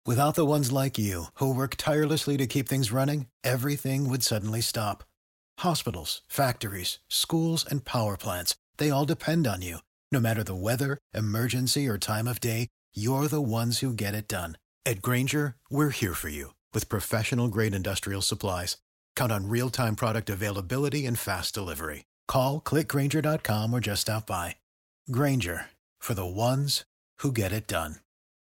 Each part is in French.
Without the ones like you, who work tirelessly to keep things running, everything would suddenly stop. Hospitals, factories, schools, and power plants, they all depend on you. No matter the weather, emergency, or time of day, you're the ones who get it done. At Grainger, we're here for you with professional-grade industrial supplies. Count on real-time product availability and fast delivery. Call, click Grainger.com, or just stop by. Grainger, for the ones who get it done.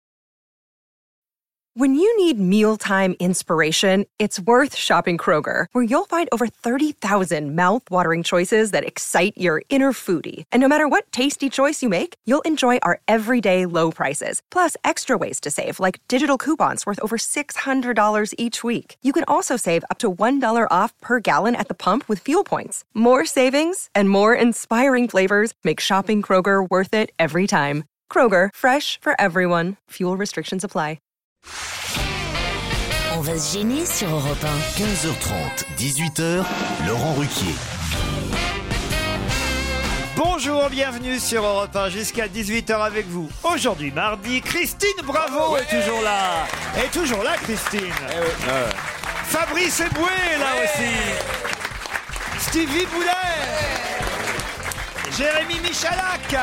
When you need mealtime inspiration, it's worth shopping Kroger, where you'll find over 30,000 mouth-watering choices that excite your inner foodie. And no matter what tasty choice you make, you'll enjoy our everyday low prices, plus extra ways to save, like digital coupons worth over $600 each week. You can also save up to $1 off per gallon at the pump with fuel points. More savings and more inspiring flavors make shopping Kroger worth it every time. Kroger, fresh for everyone. Fuel restrictions apply. On va se gêner sur Europe 1. 15h30, 18h, Laurent Ruquier. Bonjour, bienvenue sur Europe 1 jusqu'à 18h avec vous. Aujourd'hui, mardi, Christine Bravo est toujours là. Et toujours là, Christine. Fabrice Eboué est là aussi. Stevie Boulet. Jérémy Michalak.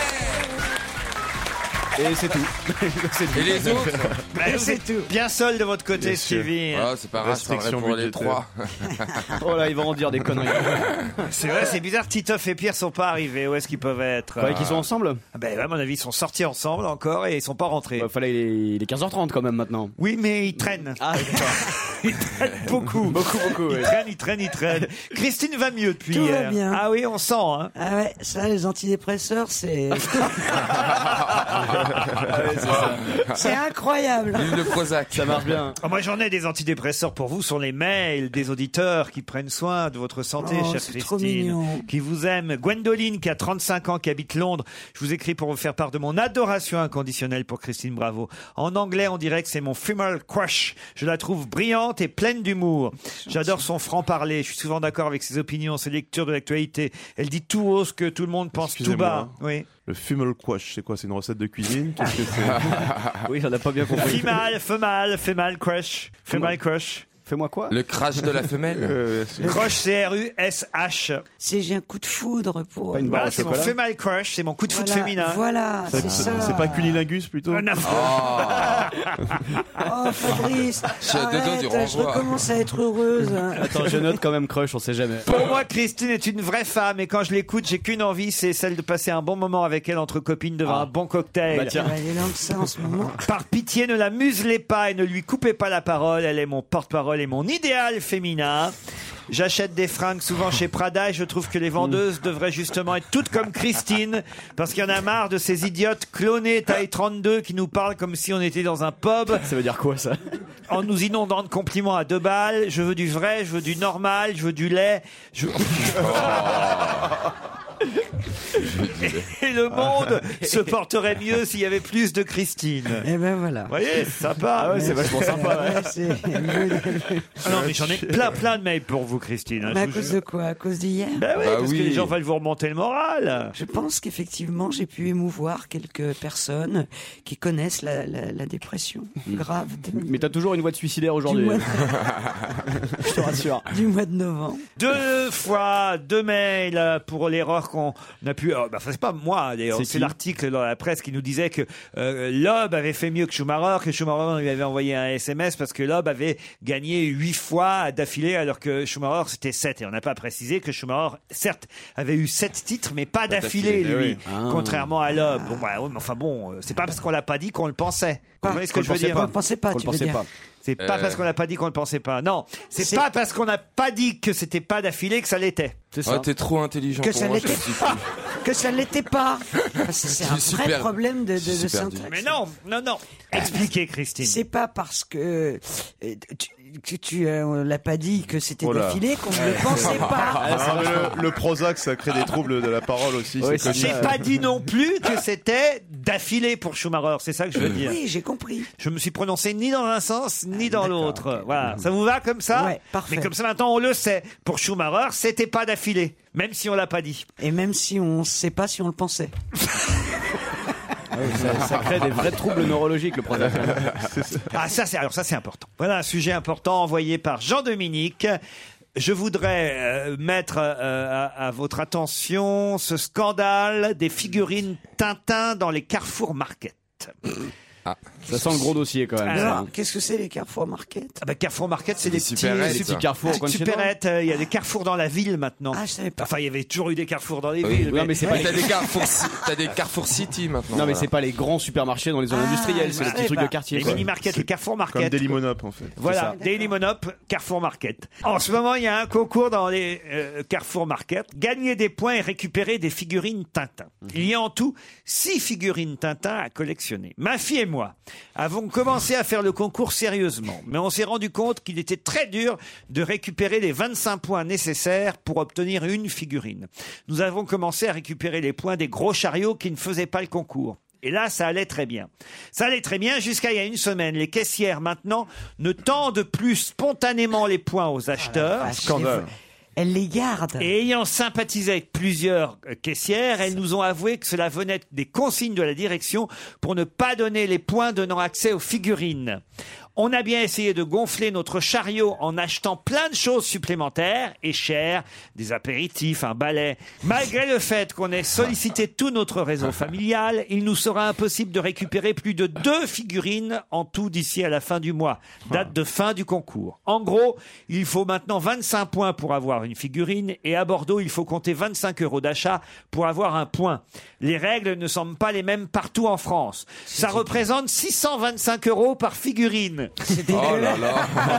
Et c'est tout. Et les autres C'est tout. Bien seul de votre côté, Stevie. Ah, c'est pas grave, ça va pour les trois. Oh là, ils vont en dire des conneries. C'est vrai, c'est bizarre, Titoff et Pierre sont pas arrivés. Où est-ce qu'ils peuvent être? Qu'ils sont ensemble? À mon avis, ils sont sortis ensemble encore et ils sont pas rentrés. Il est 15h30 quand même maintenant. Oui, mais ils traînent. Ah, Ils traînent beaucoup. Beaucoup. Ils traînent. Christine va mieux depuis Tout hier. va bien. Ah oui, on sent. Hein. Ah ouais, ça, les antidépresseurs, c'est... c'est incroyable. Vive le Prozac. Ça marche bien. Moi, j'en ai des antidépresseurs pour vous. Sur les mails des auditeurs qui prennent soin de votre santé, chère c'est trop Christine. mignon. Qui vous aime. Gwendoline, qui a 35 ans, qui habite Londres. Je vous écris pour vous faire part de mon adoration inconditionnelle pour Christine Bravo. En anglais, on dirait que c'est mon female crush. Je la trouve brillante et pleine d'humour. J'adore son franc-parler. Je suis souvent d'accord avec ses opinions, ses lectures de l'actualité. Elle dit tout haut ce que tout le monde pense tout bas. Oui. Le female quash, c'est quoi? C'est une recette de cuisine? Qu'est-ce que c'est? Oui, on n'a pas bien compris. Female crush. Female crush. Fais-moi quoi? Le crash de la femelle. Crush, C-R-U-S-H. C'est j'ai un coup de foudre pour... Pas une barre Voilà, au c'est mon chocolat. female crush, c'est mon coup de foot féminin. Voilà, c'est ça. C'est pas cunilingus plutôt? Non. Oh, Fabrice, J'ai deux doigts du arrête, je renvoi. recommence à être heureuse. Attends, je note quand même crush, on sait jamais. Pour moi, Christine est une vraie femme et quand je l'écoute, j'ai qu'une envie, c'est celle de passer un bon moment avec elle entre copines devant un bon cocktail. Bah tiens. Elle est langue ça en ce moment. Par pitié, ne la muselez pas et ne lui coupez pas la parole. Elle est mon porte-parole et mon idéal féminin. J'achète des fringues souvent chez Prada et je trouve que les vendeuses devraient justement être toutes comme Christine parce qu'il y en a marre de ces idiotes clonés taille 32 qui nous parlent comme si on était dans un pub Ça veut dire quoi ça? en nous inondant de compliments à 2 balles. Je veux du vrai, je veux du normal, je veux du lait. Et le monde se porterait mieux s'il y avait plus de Christine. Eh ben voilà. Vous voyez, c'est sympa. Ah ouais, c'est vachement sympa. Ouais. Ouais, c'est... Ah non, mais j'en ai plein de mails pour vous, Christine. hein, Mais à je vous cause jure. de quoi? À cause d'hier? Ben oui, Bah parce oui. que les gens veulent vous remonter le moral. Je pense qu'effectivement, j'ai pu émouvoir quelques personnes qui connaissent la dépression grave Mais t'as toujours une voix de suicidaire aujourd'hui. mois Je te rassure. du mois de novembre. 2 fois 2 mails pour l'erreur qu'on a pu... Enfin, c'est pas moi, d'ailleurs. C'est C'est qui l'article dans la presse qui nous disait que Loeb avait fait mieux que Schumacher lui avait envoyé un SMS parce que Loeb avait gagné 8 fois d'affilée alors que Schumacher c'était 7. Et on n'a pas précisé que Schumacher, certes, avait eu 7 titres, mais pas d'affilée, lui. Ah. Contrairement à Loeb. Bon, bah, ouais, mais enfin bon, c'est pas parce qu'on l'a pas dit qu'on le pensait. Vous voyez ce que je veux dire? Qu'on ne pensait pas, Qu'on tu le veux pensait dire. pas. C'est pas parce qu'on l'a pas dit qu'on le pensait pas. Non, c'est pas parce qu'on n'a pas dit que c'était pas d'affilée que ça l'était. C'est ça. Ah, t'es trop intelligent Que pour ça moi. l'était pas. Que ça ne l'était pas. Parce que c'est un suis vrai super- problème de super syntaxe. Mais non. Expliquez, Christine. C'est pas parce que on l'a pas dit que c'était Oh là. d'affilée qu'on ne le pensait pas. Ah, mais le Prozac, ça crée des troubles de la parole aussi. Oui, c'est c'est connu. J'ai pas dit non plus que c'était d'affilée pour Schumacher, c'est ça que je veux dire. Oui, j'ai compris. Je me suis prononcé ni dans un sens ni dans l'autre. Voilà, ça vous va comme ça? Ouais, parfait. Mais comme ça maintenant on le sait. Pour Schumacher, c'était pas d'affilée, même si on l'a pas dit. Et même si on ne sait pas si on le pensait. Ça crée des vrais troubles neurologiques, le prozac. Ah, ça c'est important. Voilà un sujet important envoyé par Jean-Dominique. Je voudrais mettre à votre attention ce scandale des figurines Tintin dans les Carrefour Market. Ça sent le gros dossier quand même. Alors, qu'est-ce que c'est les Carrefour Market? Ah bah, Carrefour Market, c'est des petits carrefours. petites supérettes. Il y a des carrefours dans la ville maintenant. Ah, je savais pas. Enfin, il y avait toujours eu des carrefours dans les Oui, villes. non, mais c'est pas T'as des Carrefour City maintenant. Non, mais voilà. c'est pas les grands supermarchés dans les zones industrielles, c'est les petits trucs de quartier. Les quoi. mini-markets, les Carrefour Market. Comme Daily Monop, en fait. Voilà, Daily Monop, Carrefour Market. En ce moment, il y a un concours dans les Carrefour Market. Gagner des points et récupérer des figurines Tintin. Il y a en tout 6 figurines Tintin à collectionner. Ma fille et moi avons commencé à faire le concours sérieusement, mais on s'est rendu compte qu'il était très dur de récupérer les 25 points nécessaires pour obtenir une figurine. Nous avons commencé à récupérer les points des gros chariots qui ne faisaient pas le concours. Et là, ça allait très bien. Ça allait très bien jusqu'à il y a une semaine. Les caissières, maintenant, ne tendent plus spontanément les points aux acheteurs. Scandale. Elle les garde. Et ayant sympathisé avec plusieurs caissières, elles nous ont avoué que cela venait des consignes de la direction pour ne pas donner les points donnant accès aux figurines. On a bien essayé de gonfler notre chariot en achetant plein de choses supplémentaires et chères, des apéritifs, un balai. Malgré le fait qu'on ait sollicité tout notre réseau familial, il nous sera impossible de récupérer plus de 2 figurines en tout d'ici à la fin du mois, date de fin du concours. En gros, il faut maintenant 25 points pour avoir une figurine et à Bordeaux, il faut compter 25 € d'achat pour avoir un point. Les règles ne semblent pas les mêmes partout en France. Ça représente 625 € par figurine. C'est Oh là dégueulasse.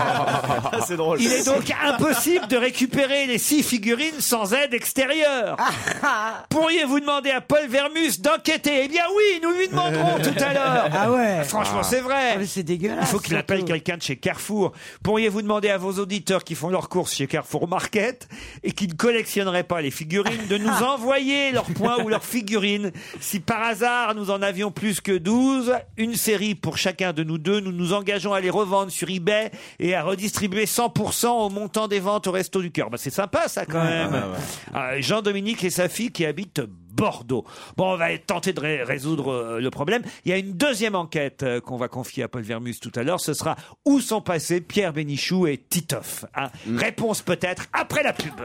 là. C'est drôle. Il est donc impossible de récupérer les 6 figurines sans aide extérieure. Pourriez-vous demander à Paul Vermus d'enquêter? Eh bien oui, nous lui demanderons tout à l'heure. Ah ouais. Franchement, c'est vrai. Ah, mais c'est dégueulasse. Il faut qu'il appelle surtout. quelqu'un de chez Carrefour. Pourriez-vous demander à vos auditeurs qui font leurs courses chez Carrefour Market et qui ne collectionneraient pas les figurines de nous envoyer leurs points ou leurs figurines? Si par hasard nous en avions plus que 12, une série pour chacun de nous deux, nous nous engageons à les revendre sur eBay et à redistribuer 100% au montant des ventes au Resto du Cœur. Bah, c'est sympa ça quand même. Jean-Dominique et sa fille qui habitent Bordeaux. Bon, on va tenter de résoudre le problème. Il y a une deuxième enquête qu'on va confier à Paul Vermus tout à l'heure. Ce sera où sont passés Pierre Bénichou et Titoff. Réponse peut-être après la pub.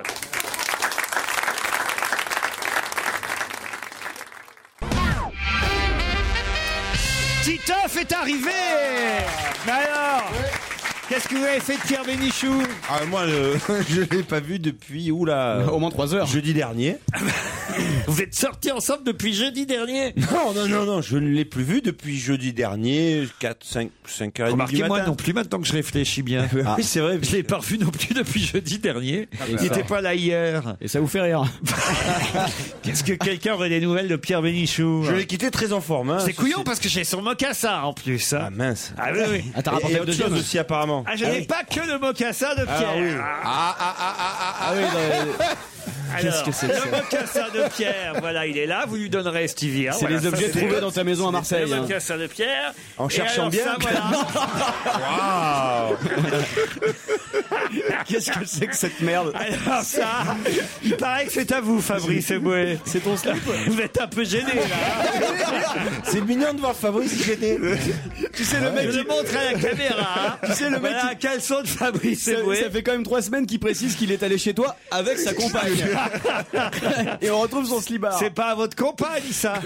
Titoff est arrivé. Mais alors, qu'est-ce que vous avez fait de Pierre Bénichou? Moi, je l'ai pas vu depuis, au moins 3 heures. Jeudi dernier. Vous êtes sortis ensemble depuis jeudi dernier? Non, je ne l'ai plus vu depuis jeudi dernier, 5 heures du Remarquez, matin. moi non plus, maintenant que je réfléchis bien. Oui, c'est vrai. Je l'ai pas revu non plus depuis jeudi dernier. Il n'était pas là hier. Et ça vous fait rire. Qu'est-ce que quelqu'un aurait des nouvelles de Pierre Bénichou? Je l'ai quitté très en forme. Hein, C'est couillon parce que j'ai son mocassin en plus. Hein. Ah mince. Ah oui, oui. Ah, t'as Et rapporté le autre deuxième chose aussi apparemment. Ah, je n'ai pas que le mocassin de Pierre. oui. Ah oui, Alors, que c'est que le ça mocassin de Pierre, voilà, il est là. Vous lui donnerez Stevie. Hein, c'est voilà, les ça, objets c'est trouvés dans ta maison à Marseille. Le hein. mocassin de Pierre. En Et cherchant alors, bien. ça, voilà. Qu'est-ce que c'est que cette merde? Alors ça, il paraît que c'est à vous, Fabrice Eboué. C'est ton slip? Vous êtes un peu gêné là. C'est mignon de voir Fabrice gêné. Tu sais, le mec, Je le montre à la caméra. Hein. Tu sais, le mec voilà un caleçon de Fabrice ça Eboué. fait quand même 3 semaines qu'il précise qu'il est allé chez toi avec sa compagne. Et on retrouve son slibard. C'est pas à votre compagne, ça.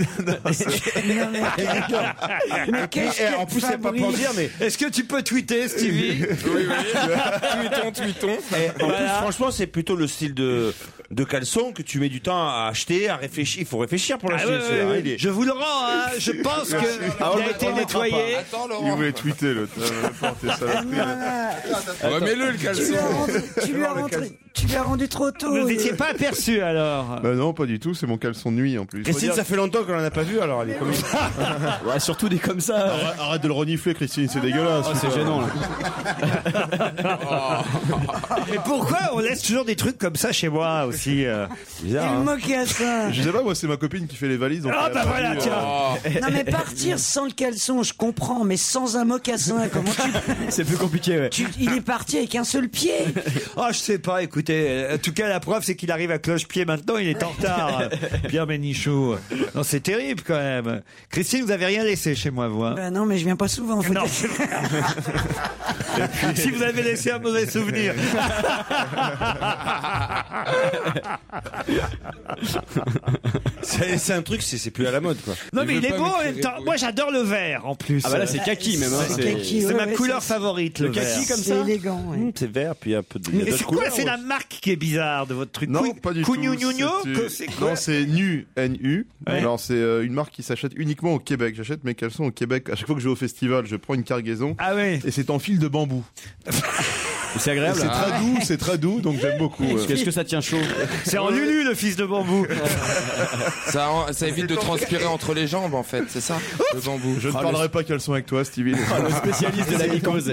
Mais qu'est-ce Et que en plus, c'est pas pour dire, mais Est-ce que tu peux tweeter, Stevie? Tweetons. en plus, franchement, c'est plutôt le style de caleçon que tu mets du temps à acheter, à réfléchir. Il faut réfléchir pour Ah l'acheter. ouais, c'est- ouais, hein, ouais. il est- Je vous le rends, hein. Je pense qu'il a été nettoyé. Attends, Il Laurent. voulait tweeter, l'autre. Remets-le, le caleçon. Tu lui as rendu trop tôt. Vous n'étiez pas aperçu, alors. Bah non, pas du tout, c'est mon caleçon de nuit en plus. Christine, ça fait longtemps qu'on en a pas vu, alors elle est comme Ouais, surtout des comme ça. Arrête de le renifler, Christine, c'est dégueulasse. Oh, c'est gênant, là. Mais pourquoi on laisse toujours des trucs comme ça chez moi aussi? aussi. Bizarre, Le mocassin. Je sais pas, moi, c'est ma copine qui fait les valises. Donc Ah, elle a bah pas voilà, vu, tiens. Non mais partir sans le caleçon, je comprends, mais sans un mocassin, comment tu... C'est plus compliqué, ouais. Il est parti avec un seul pied. Ah, je sais pas, écoutez, en tout cas, la preuve, c'est qu'il arrive à cloche-pied maintenant, il est en retard. Pierre Bénichou. Non, c'est terrible, quand même. Christine, vous avez rien laissé chez moi, vous, hein? Bah non, mais je viens pas souvent. Faut Non, dire. c'est vrai. Si vous avez laissé un mauvais souvenir. C'est un truc, c'est plus à la mode, quoi. Non, mais il est beau en même temps. Moi, j'adore le vert, en plus. Ah bah là, c'est kaki même. Hein. C'est kaki, C'est ouais, ma ouais, couleur c'est- favorite, le vert. kaki comme C'est ça. élégant, ouais. C'est vert, puis un peu de. Et c'est quoi, c'est la marque qui est bizarre de votre truc? Non, pas du tout. Cougnougnougnougnou, c'est quoi? Non, c'est NU, NU. Ouais. Alors, c'est une marque qui s'achète uniquement au Québec. J'achète mes caleçons au Québec. À chaque fois que je vais au festival, je prends une cargaison. Ah oui. Et c'est en fil de bambou. C'est Et agréable. c'est très doux, donc j'aime beaucoup. Est-ce que ça tient chaud? C'est en Lulu, le fils de bambou. Ça évite de transpirer entre les jambes, en fait, c'est ça, le bambou. Je ne parlerai pas caleçons avec toi, Stevie. Le spécialiste de la mycose.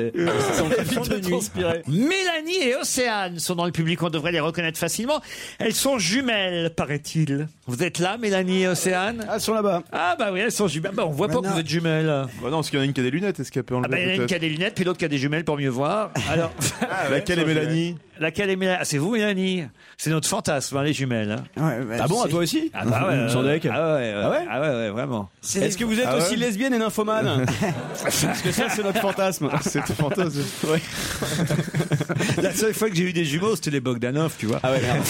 Mélanie et Océane sont dans le public, on devrait les reconnaître facilement. Elles sont jumelles, paraît-il. Vous êtes là, Mélanie et Océane? Ah, elles sont là-bas. Ah bah oui, elles sont jumelles. Bah, on voit pas que vous êtes jumelles. Bah non, parce qu'il y en a une qui a des lunettes. Est-ce qu'elle peut enlever Ah bah, il y en a une peut-être qui a des lunettes, puis l'autre qui a des jumelles pour mieux voir. Alors, Laquelle est Mélanie? laquelle est Mélanie? Ah, c'est vous, Mélanie? C'est notre fantasme, hein, les jumelles. Hein. Ouais, bah, Ah bon, je à toi aussi? Ah bah ouais. Sans deck. Ah ouais, Ah ouais ah ouais, vraiment. sais. Est-ce que vous êtes Ah ouais aussi lesbienne et nymphomane? Parce que ça, c'est notre fantasme. C'est fantasme. Ouais. La seule fois que j'ai eu des jumeaux, c'était les Bogdanov, tu vois. Ah ouais, merde.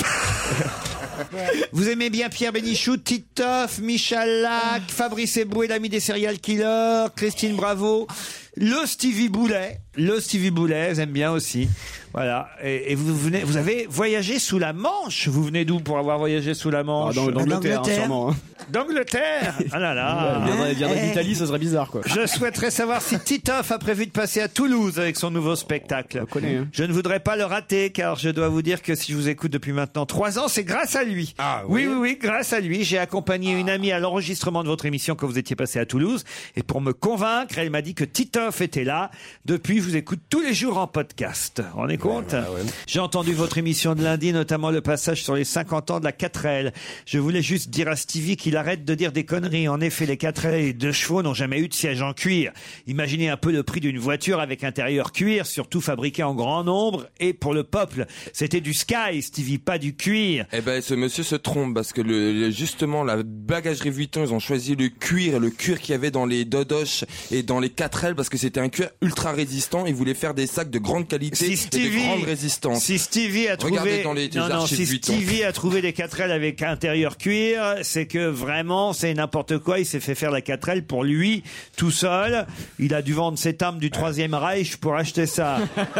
Vous aimez bien Pierre Bénichou, Titoff, Michalak, Fabrice Eboué, l'ami des serial killers, Christine Bravo, le Stevie Boulet, j'aime bien aussi. Voilà. Et vous avez voyagé sous la Manche. Vous venez d'où pour avoir voyagé sous la Manche? D'Angleterre, hein, sûrement. Hein. D'Angleterre. Ah là là. Il viendrait d'Italie, ça serait bizarre, quoi. Je souhaiterais savoir si Titoff a prévu de passer à Toulouse avec son nouveau spectacle. On connaît, hein. Je ne voudrais pas le rater car je dois vous dire que si je vous écoute depuis maintenant 3 ans, c'est grâce à lui. Ah, oui, grâce à lui. J'ai accompagné une amie à l'enregistrement de votre émission quand vous étiez passé à Toulouse. Et pour me convaincre, elle m'a dit que Titoff était là. Depuis, je vous écoute tous les jours en podcast. Vous vous rendez compte? J'ai entendu votre émission de lundi, notamment le passage sur les 50 ans de la 4L. Je voulais juste dire à Stevie qu'il arrête de dire des conneries. En effet, les 4L et les 2 chevaux n'ont jamais eu de siège en cuir. Imaginez un peu le prix d'une voiture avec intérieur cuir, surtout fabriquée en grand nombre. Et pour le peuple, c'était du Sky, Stevie, pas du cuir. Eh ben, ce monsieur se trompe parce que justement, la bagagerie Vuitton, ils ont choisi le cuir qu'il y avait dans les Dodoches et dans les 4L parce que c'était un cuir ultra résistant. Ils voulaient faire des sacs de grande qualité et de grande résistance. Si Stevie a Regardez trouvé, dans les non, archives si Vuitton. Stevie a trouvé des 4L avec intérieur cuir, c'est que vraiment c'est n'importe quoi. Il s'est fait faire la 4L pour lui tout seul. Il a dû vendre cette âme du 3e Reich pour acheter ça.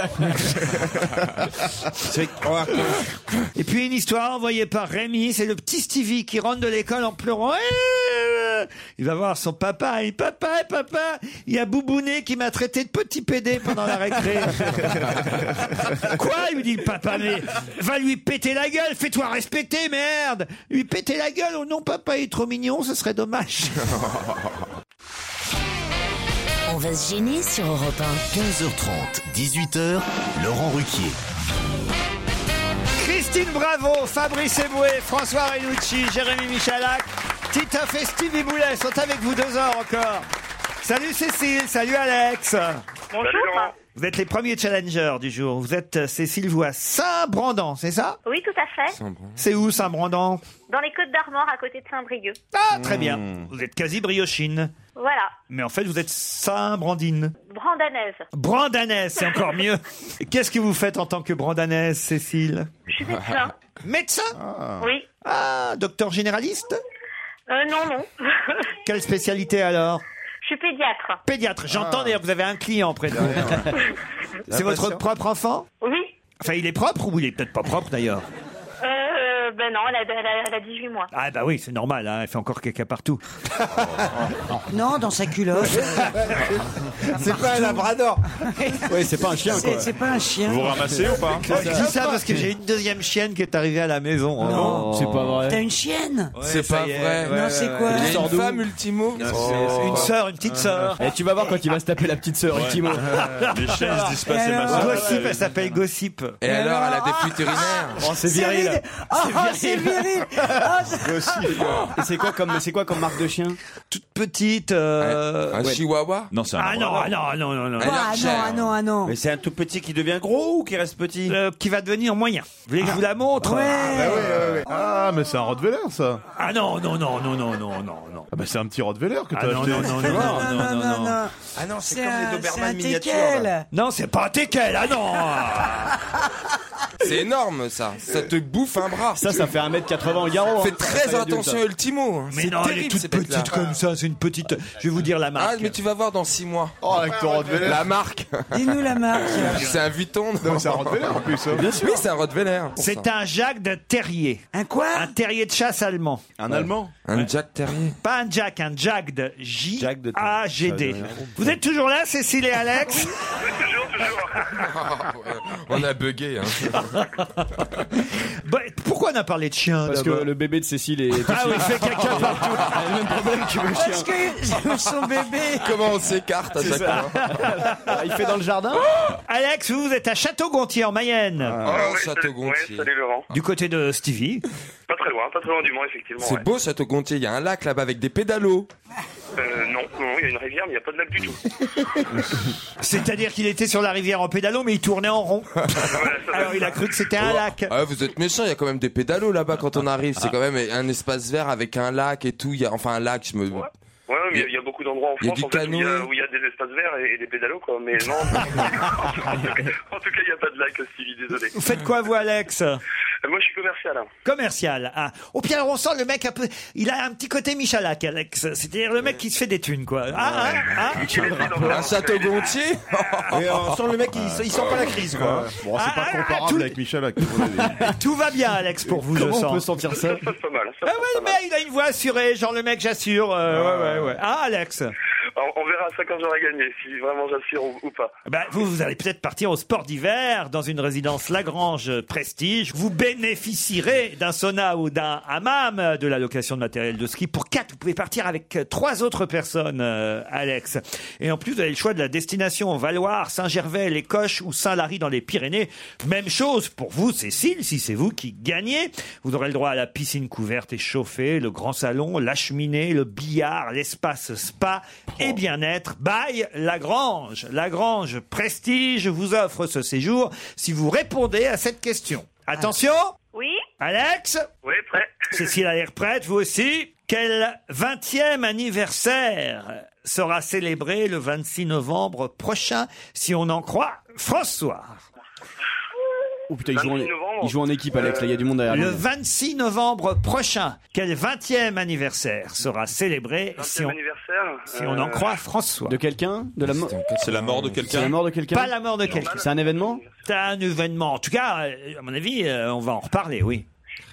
Et puis une histoire envoyée par Rémi, c'est le petit Stevie qui rentre de l'école en pleurant. Il va voir son papa. Et papa, il y a Boubounet qui m'a traité de petit pédé pendant la récré. Quoi? Il lui dit le papa, mais va lui péter la gueule, fais-toi respecter, merde! Lui péter la gueule, oh non, papa, il est trop mignon, ce serait dommage. On va se gêner sur Europe 1. 15h30, 18h, Laurent Ruquier. Christine Bravo, Fabrice Eboué, François Renucci, Jérémy Michalak, Titoff et Stevie Boulet sont avec vous 2 heures encore. Salut Cécile, salut Alex. Bonjour. Vous êtes les premiers challengers du jour. Vous êtes Cécile, vous à Saint-Brandan, c'est ça? Oui, tout à fait. C'est où Saint-Brandan? Dans les Côtes d'Armor, à côté de Saint-Brieuc. Ah, très bien. Vous êtes quasi briochine. Voilà. Mais en fait, vous êtes Saint-Brandine. Brandanaise. Brandanaise, c'est encore mieux. Qu'est-ce que vous faites en tant que Brandanaise, Cécile? Je suis médecin. Médecin? Oui. Ah, docteur généraliste? Non. Quelle spécialité alors? Je suis pédiatre. Pédiatre. J'entends d'ailleurs que vous avez un client près de vous. C'est votre propre enfant? Oui. Enfin, il est propre ou il est peut-être pas propre d'ailleurs? Ben non, elle a 18 mois. Ah bah oui, c'est normal, hein, elle fait encore caca partout. Non, dans sa culotte. C'est pas un labrador. Oui, c'est pas un chien, quoi. C'est pas un chien. Vous ramassez ou pas? Je dis ça parce que j'ai une deuxième chienne qui est arrivée à la maison. Non, c'est pas vrai. T'as une chienne? C'est pas vrai. Non, c'est quoi? Il y a une femme Ultimo. Une sœur, une petite sœur. Et tu vas voir quand il va se taper la petite sœur, Ultimo. Les chiens, ils se disent pas c'est ma alors soeur. Gossip, elle s'appelle Gossip. Et alors, elle a des fuites urinaires. Oh, c'est viril. C'est viril. Et c'est quoi comme marque de chien? Toute petite. Un chihuahua. Non, c'est un Ah non, labrador. ah non, non, non, non. Ah non. Mais c'est un tout petit qui devient gros ou qui reste petit? Qui va devenir moyen. Vous voulez que je vous la montre? Ouais. Ah, mais c'est un Rottweiler, ça. Ah non, non, non, non, non, non, non, non. Ah, bah, c'est un petit Rottweiler que Ah t'as non, acheté. non, non, non, non, non, non. Ah non, c'est C'est comme les un Doberman miniatures. teckel. là. Non, c'est pas un teckel, ah non. C'est énorme, ça. Ça te bouffe un bras. Ça fait 1m80 au garrot. Fais très attention, Ultimo. Mais C'est non, elle est terrible, toute ces bêtes-là. petite comme ça, c'est une petite. Je vais vous dire la Ah, marque. mais tu vas voir dans 6 mois. Oh, avec ton Rottweiler. La marque. Dis-nous la marque. C'est un Vuitton. Non, mais c'est un Rottweiler en plus. Hein. Bien sûr. Oui, c'est un Rottweiler. C'est un Jack de terrier. Un quoi? Un terrier de chasse allemand. Un Allemand. Un Jack Terrier. Pas un Jack, un Jack de Jack de J-A-G-D. Vous êtes toujours là, Cécile et Alex? On a bugué. Hein. Bah, pourquoi on a parlé de chien? Parce que le bébé de Cécile est. Ah oui, il fait caca partout. Elle a le même problème que le Parce chien. que son bébé. Comment on s'écarte à chaque fois? Il fait dans le jardin. Alex, vous êtes à Château-Gontier en Mayenne. Oh, Château-Gontier. Ouais, salut Laurent. Du côté de Stevie. Pas très loin du Mans, effectivement. C'est ouais. beau, Château-Gontier. Il y a un lac là-bas avec des pédalos. Non, il y a une rivière, mais il n'y a pas de lac du tout. C'est-à-dire qu'il était sur la rivière en pédalo, mais il tournait en rond. Alors il a cru que c'était un lac. Ah, vous êtes méchant. Il y a quand même des pédalos là-bas quand on arrive. C'est quand même un espace vert avec un lac et tout. Il y a, enfin, un lac, je me. Ouais, mais il y a beaucoup d'endroits en Il y a France du en fait, canoë. où il y a des espaces verts et des pédalos, quoi. Mais non, en tout cas, il n'y a pas de lac, Stevie, désolé. Vous faites quoi, vous, Alex? Moi, je suis commercial. Hein. Commercial. Ah. Au pire, on sent le mec un peu. Il a un petit côté Michalak, Alex. C'est-à-dire le mec qui se fait des thunes, quoi. Un Château-Gontier. Et on sent le mec, il sent pas la crise, quoi. Bon, c'est pas comparable avec Michalak. Tout va bien, Alex, pour vous, Comment je on sens. peut sentir ça? Ça se passe pas mal. Ah oui, mais il a une voix assurée, genre le mec, j'assure. Ouais. Ah, Alex. On verra ça quand j'aurai gagné, si vraiment j'assure ou pas. Ben, vous allez peut-être partir au sport d'hiver dans une résidence Lagrange Prestige. Vous bénéficierez d'un sauna ou d'un hammam, de la location de matériel de ski pour 4. Vous pouvez partir avec 3 autres personnes, Alex. Et en plus, vous avez le choix de la destination Valoir, Saint-Gervais, les Coches ou Saint-Lary dans les Pyrénées. Même chose pour vous, Cécile, si c'est vous qui gagnez. Vous aurez le droit à la piscine couverte et chauffée, le grand salon, la cheminée, le billard, l'espace spa et bien-être by Lagrange. Lagrange Prestige vous offre ce séjour si vous répondez à cette question. Attention. Oui? Oui, Alex? prêt. Cécile a l'air prête, vous aussi. Quel 20e anniversaire sera célébré le 26 novembre prochain, si on en croit François? Oh putain, il joue en équipe, Alex. Là, il y a du monde derrière. Le 26 novembre prochain, quel 20e anniversaire sera célébré si on en croit François? De quelqu'un? C'est la mort de quelqu'un. C'est la mort de quelqu'un? Pas la mort de quelqu'un. C'est un événement? C'est un événement. En tout cas, à mon avis, on va en reparler, oui.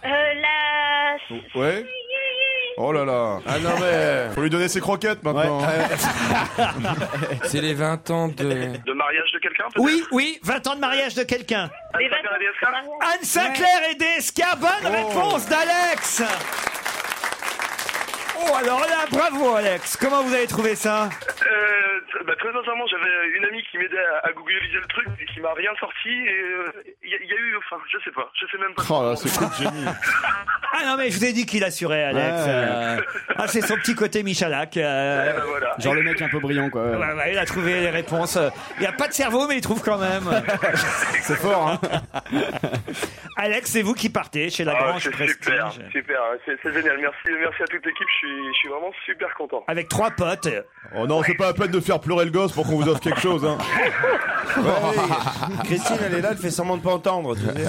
Ouais. Oh là là. Ah non mais. Faut lui donner ses croquettes maintenant. C'est les 20 ans de. De mariage de quelqu'un, peut-être? Oui, 20 ans de mariage de quelqu'un. Anne Sinclair et DSK. Anne Sinclair et DSK, bonne réponse d'Alex. Oh, alors là, bravo Alex. Comment vous avez trouvé ça? Très sincèrement, j'avais une amie qui m'aidait à googliser le truc et qui m'a rien sorti et il y a eu, enfin, je sais même pas. Oh là, c'est coup de génie. Ah non, mais je vous ai dit qu'il assurait, Alex. C'est son petit côté Michalak. Voilà. Genre le mec un peu brillant, quoi. Ouais, il a trouvé les réponses. Il n'y a pas de cerveau, mais il trouve quand même. C'est fort, hein. Alex, c'est vous qui partez chez Lagrange Prestige. Super, c'est génial. Merci à toute l'équipe. Je suis vraiment super content. Avec 3 potes. Oh non, c'est pas la peine de faire pleurer le gosse pour qu'on vous offre quelque chose, hein. Christine, elle est là, elle fait semblant de pas entendre. Tu sais.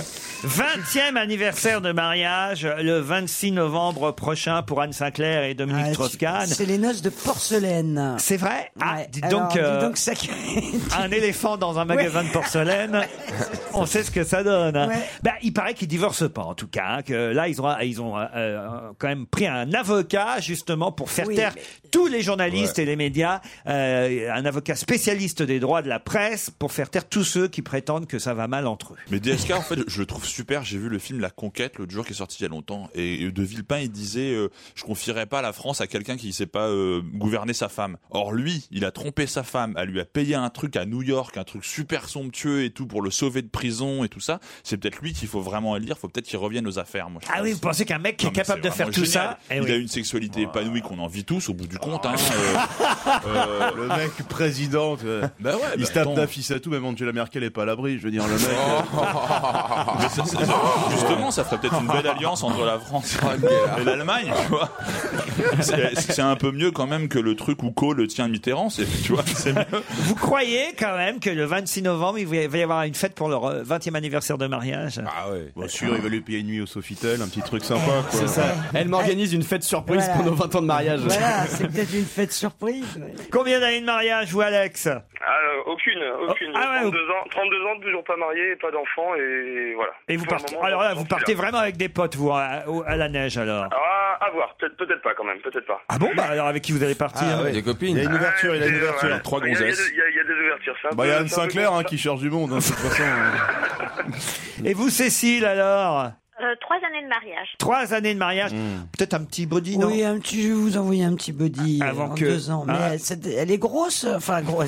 20e anniversaire de mariage le 26 novembre prochain pour Anne Sinclair et Dominique Strauss-Kahn. C'est les noces de porcelaine. C'est vrai? Ah, Ouais. dites Alors, donc, ça... un éléphant dans un magasin de porcelaine, on sait ce que ça donne. Hein. Ouais. Ben, il paraît qu'ils divorcent pas, en tout cas. Hein, que là, ils ont quand même pris un avocat justement pour faire taire tous les journalistes et les médias, un avocat spécialiste des droits de la presse pour faire taire tous ceux qui prétendent que ça va mal entre eux. Mais DSK, en fait, je le trouve super. J'ai vu le film La Conquête l'autre jour qui est sorti il y a longtemps. Et De Villepin, il disait je confierais pas la France à quelqu'un qui sait pas gouverner sa femme. Or, lui, il a trompé sa femme. Elle lui a payé un truc à New York, un truc super somptueux et tout pour le sauver de prison et tout ça. C'est peut-être lui qu'il faut vraiment élire. Faut peut-être qu'il revienne aux affaires. Moi, ah oui, vous pensez qu'un mec qui est capable de faire tout ça, il a une sexualité épanouie qu'on envie tous au bout du compte. Hein, le mec président, bah ouais, il se tape d'affiche à tout, même Angela Merkel est pas à l'abri. Je veux dire, le mec. Mais justement, ça ferait peut-être une belle alliance entre la France et l'Allemagne, tu vois. C'est un peu mieux quand même que le truc où Kohl tient Mitterrand, tu vois, c'est mieux. Vous croyez quand même que le 26 novembre, il va y avoir une fête pour leur 20e anniversaire de mariage? Ah ouais. Bien sûr, il va lui payer une nuit au Sofitel, un petit truc sympa, quoi. C'est ça. Elle m'organise une fête surprise pour nos 20 ans de mariage. Voilà, c'est peut-être une fête surprise. Ouais. Combien d'années de mariage, vous, Alex? Aucune. Ah ouais, 32 ans, toujours pas marié, pas d'enfant, et voilà. Et vous partez, alors là, vous partez vraiment avec des potes, vous, à la neige, alors? À voir, peut-être pas quand même, peut-être pas. Ah bon, bah alors avec qui vous allez partir? Des copines. Il y a une ouverture, il a une ouverture. Ouais. Trois Il y a gonzesses. des ouvertures, ça. Bah, il y a Anne Sinclair qui cherche du monde, hein, de toute façon. Et vous, Cécile, alors? 3 années de mariage. 3 années de mariage. Peut-être un petit body, non? Oui, je vais vous envoyer un petit body avant en que... 2 ans. Mais elle est grosse. Enfin, grosse.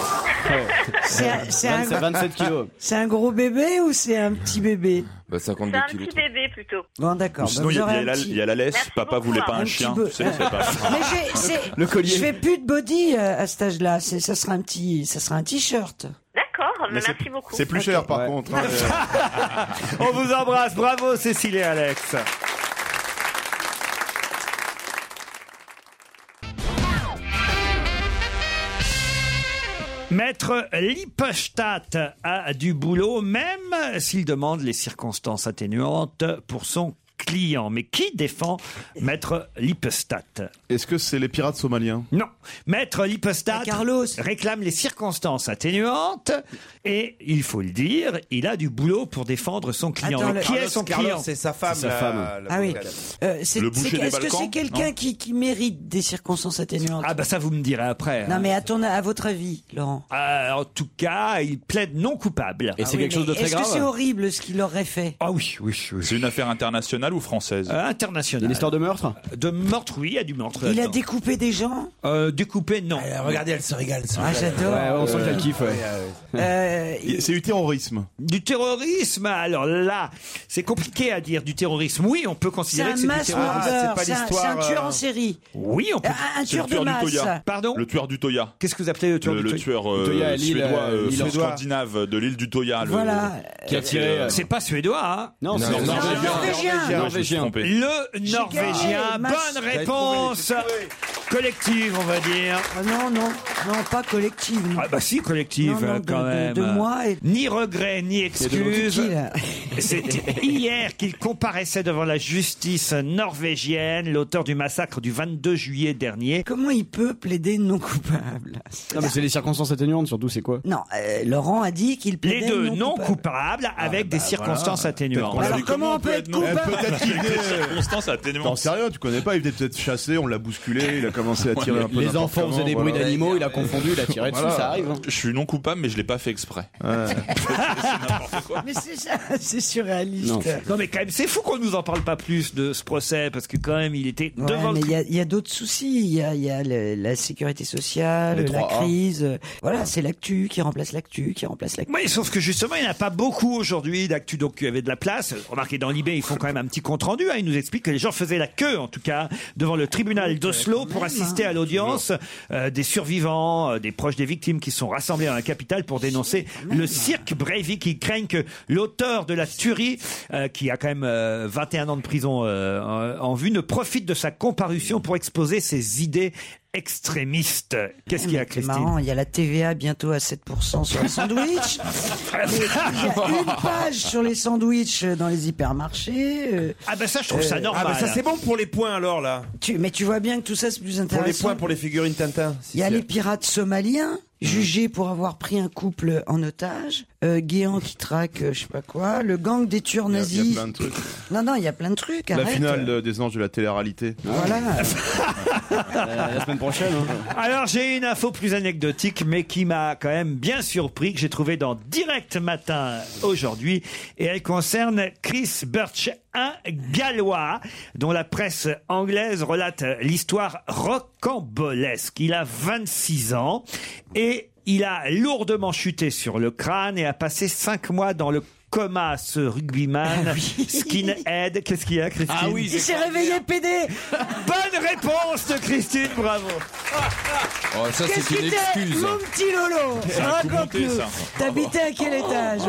C'est 27 kilos. C'est un gros bébé ou c'est un petit bébé? Bah, 52 C'est un kilos. petit bébé plutôt. Bon, d'accord. Sinon, il y a la laisse. Merci Papa beaucoup. voulait pas un chien. peu. C'est pas... Mais Le collier. je fais plus de body à cet âge-là. Ça sera un t-shirt. D'accord, Mais merci beaucoup. C'est plus cher, par contre. Hein, On vous embrasse. Bravo, Cécile et Alex. Maître Lippstadt a du boulot, même s'il demande les circonstances atténuantes pour son client. Mais qui défend Maître Lippstadt? Est-ce que c'est les pirates somaliens? Non. Maître Lippstadt réclame les circonstances atténuantes et, il faut le dire, il a du boulot pour défendre son client. Attends, Mais qui est son client? C'est sa femme. C'est sa femme. Ah oui. Le boucher des Est-ce que Balkans? c'est quelqu'un qui mérite des circonstances atténuantes? Ah bah ça vous me direz après. Non hein. mais à votre avis, Laurent. En tout cas, il plaide non coupable. Et c'est quelque chose de très grave. Est-ce que c'est horrible ce qu'il aurait fait? Ah oui. C'est une affaire internationale ou française? International. Une histoire de meurtre? De meurtre, oui, il y a du meurtre. Il a là-dedans. découpé des gens? Découpé, non. Regardez, elle se régale. Ah, j'adore. Ouais, on sent qu'elle kiffe, ouais. C'est du terrorisme. Du terrorisme, alors là, c'est compliqué à dire du terrorisme. Oui, on peut C'est considérer un que c'est du mass terrorisme. murder, c'est un tueur en série. Oui, on peut. Un C'est le tueur de tueur du masse. Toya. Pardon? Le tueur du Toya. Qu'est-ce que vous appelez le tueur Le du Toya? tueur Toya à l'île, suédois, l'île scandinave de l'île du Toya. Voilà. Qui a tiré. C'est pas suédois, hein? Non, c'est Norvégien. Norvégien. Le Norvégien. Bonne réponse collective, on va dire. Ah non, pas collective. non. Ah bah si, collective, Non, quand même. de moi et... Ni regret, ni excuse. Qui, là C'était hier qu'il comparaissait devant la justice norvégienne, l'auteur du massacre du 22 juillet dernier. Comment il peut plaider non coupable? Non, mais c'est les circonstances atténuantes, surtout, c'est quoi? Non, Laurent a dit qu'il plaidait Les deux non coupable. coupables avec des circonstances atténuantes. Alors comment on peut être coupable? Peut-être qu'il venait. Circonstances atténuantes. T'en sais rien, tu connais pas, il venait peut-être chasser, on l'a bousculé, il a commencé à tirer un peu. Les n'importe enfants comment, faisaient des voilà. bruits d'animaux, il a confondu, il a tiré dessus, ça arrive. Je suis non coupable, mais je l'ai pas fait exprès. Mais c'est ça, c'est surréaliste. Non mais quand même, c'est fou qu'on nous en parle pas plus de ce procès, parce que quand même, il était Ouais, devant mais le... il y a d'autres soucis. Il y a la sécurité sociale, Les la 3A. crise. Voilà, c'est l'actu qui remplace l'actu, qui remplace l'actu. Oui, sauf que justement, il n'y en a pas beaucoup aujourd'hui d'actu, donc il y avait de la place. Remarquez, dans l'IB, ils font quand même un petit compte-rendu. Hein. Ils nous expliquent que les gens faisaient la queue, en tout cas, devant le tribunal d'Oslo pour assister à l'audience des survivants, des proches des victimes qui sont rassemblés dans la capitale pour dénoncer le cirque Breivik. Ils craignent que l'auteur de la tuerie, qui a quand même 21 ans de prison en vue, ne profite de sa comparution pour exposer ses idées extrémiste. Qu'est-ce qu'il y a, C'est Christine? marrant, il y a la TVA bientôt à 7% sur les sandwichs. Il y a une page sur les sandwichs dans les hypermarchés. Ah ben ça, je trouve ça normal. Ah bah ça c'est bon pour les points alors là. Mais tu vois bien que tout ça c'est plus intéressant. Pour les points pour les figurines Tintin. Il y a les pirates somaliens jugés pour avoir pris un couple en otage. Guéant qui traque je sais pas quoi. Le gang des tueurs nazis. Il y a plein de trucs. Non, il y a plein de trucs. La arrête. finale des anges de la télé-réalité. Voilà. La semaine prochaine. Alors j'ai une info plus anecdotique mais qui m'a quand même bien surpris, que j'ai trouvé dans Direct Matin aujourd'hui, et elle concerne Chris Birch, un Gallois dont la presse anglaise relate l'histoire rocambolesque. Il a 26 ans et il a lourdement chuté sur le crâne et a passé 5 mois dans le coma, ce rugbyman skinhead. Qu'est-ce qu'il y a, Christine? Ah oui, il s'est réveillé pédé. Bonne réponse de Christine, bravo. Oh, ça, Qu'est-ce c'est une qui t'est, excuse. mon petit Lolo? Raconte-nous. T'habitais à quel étage?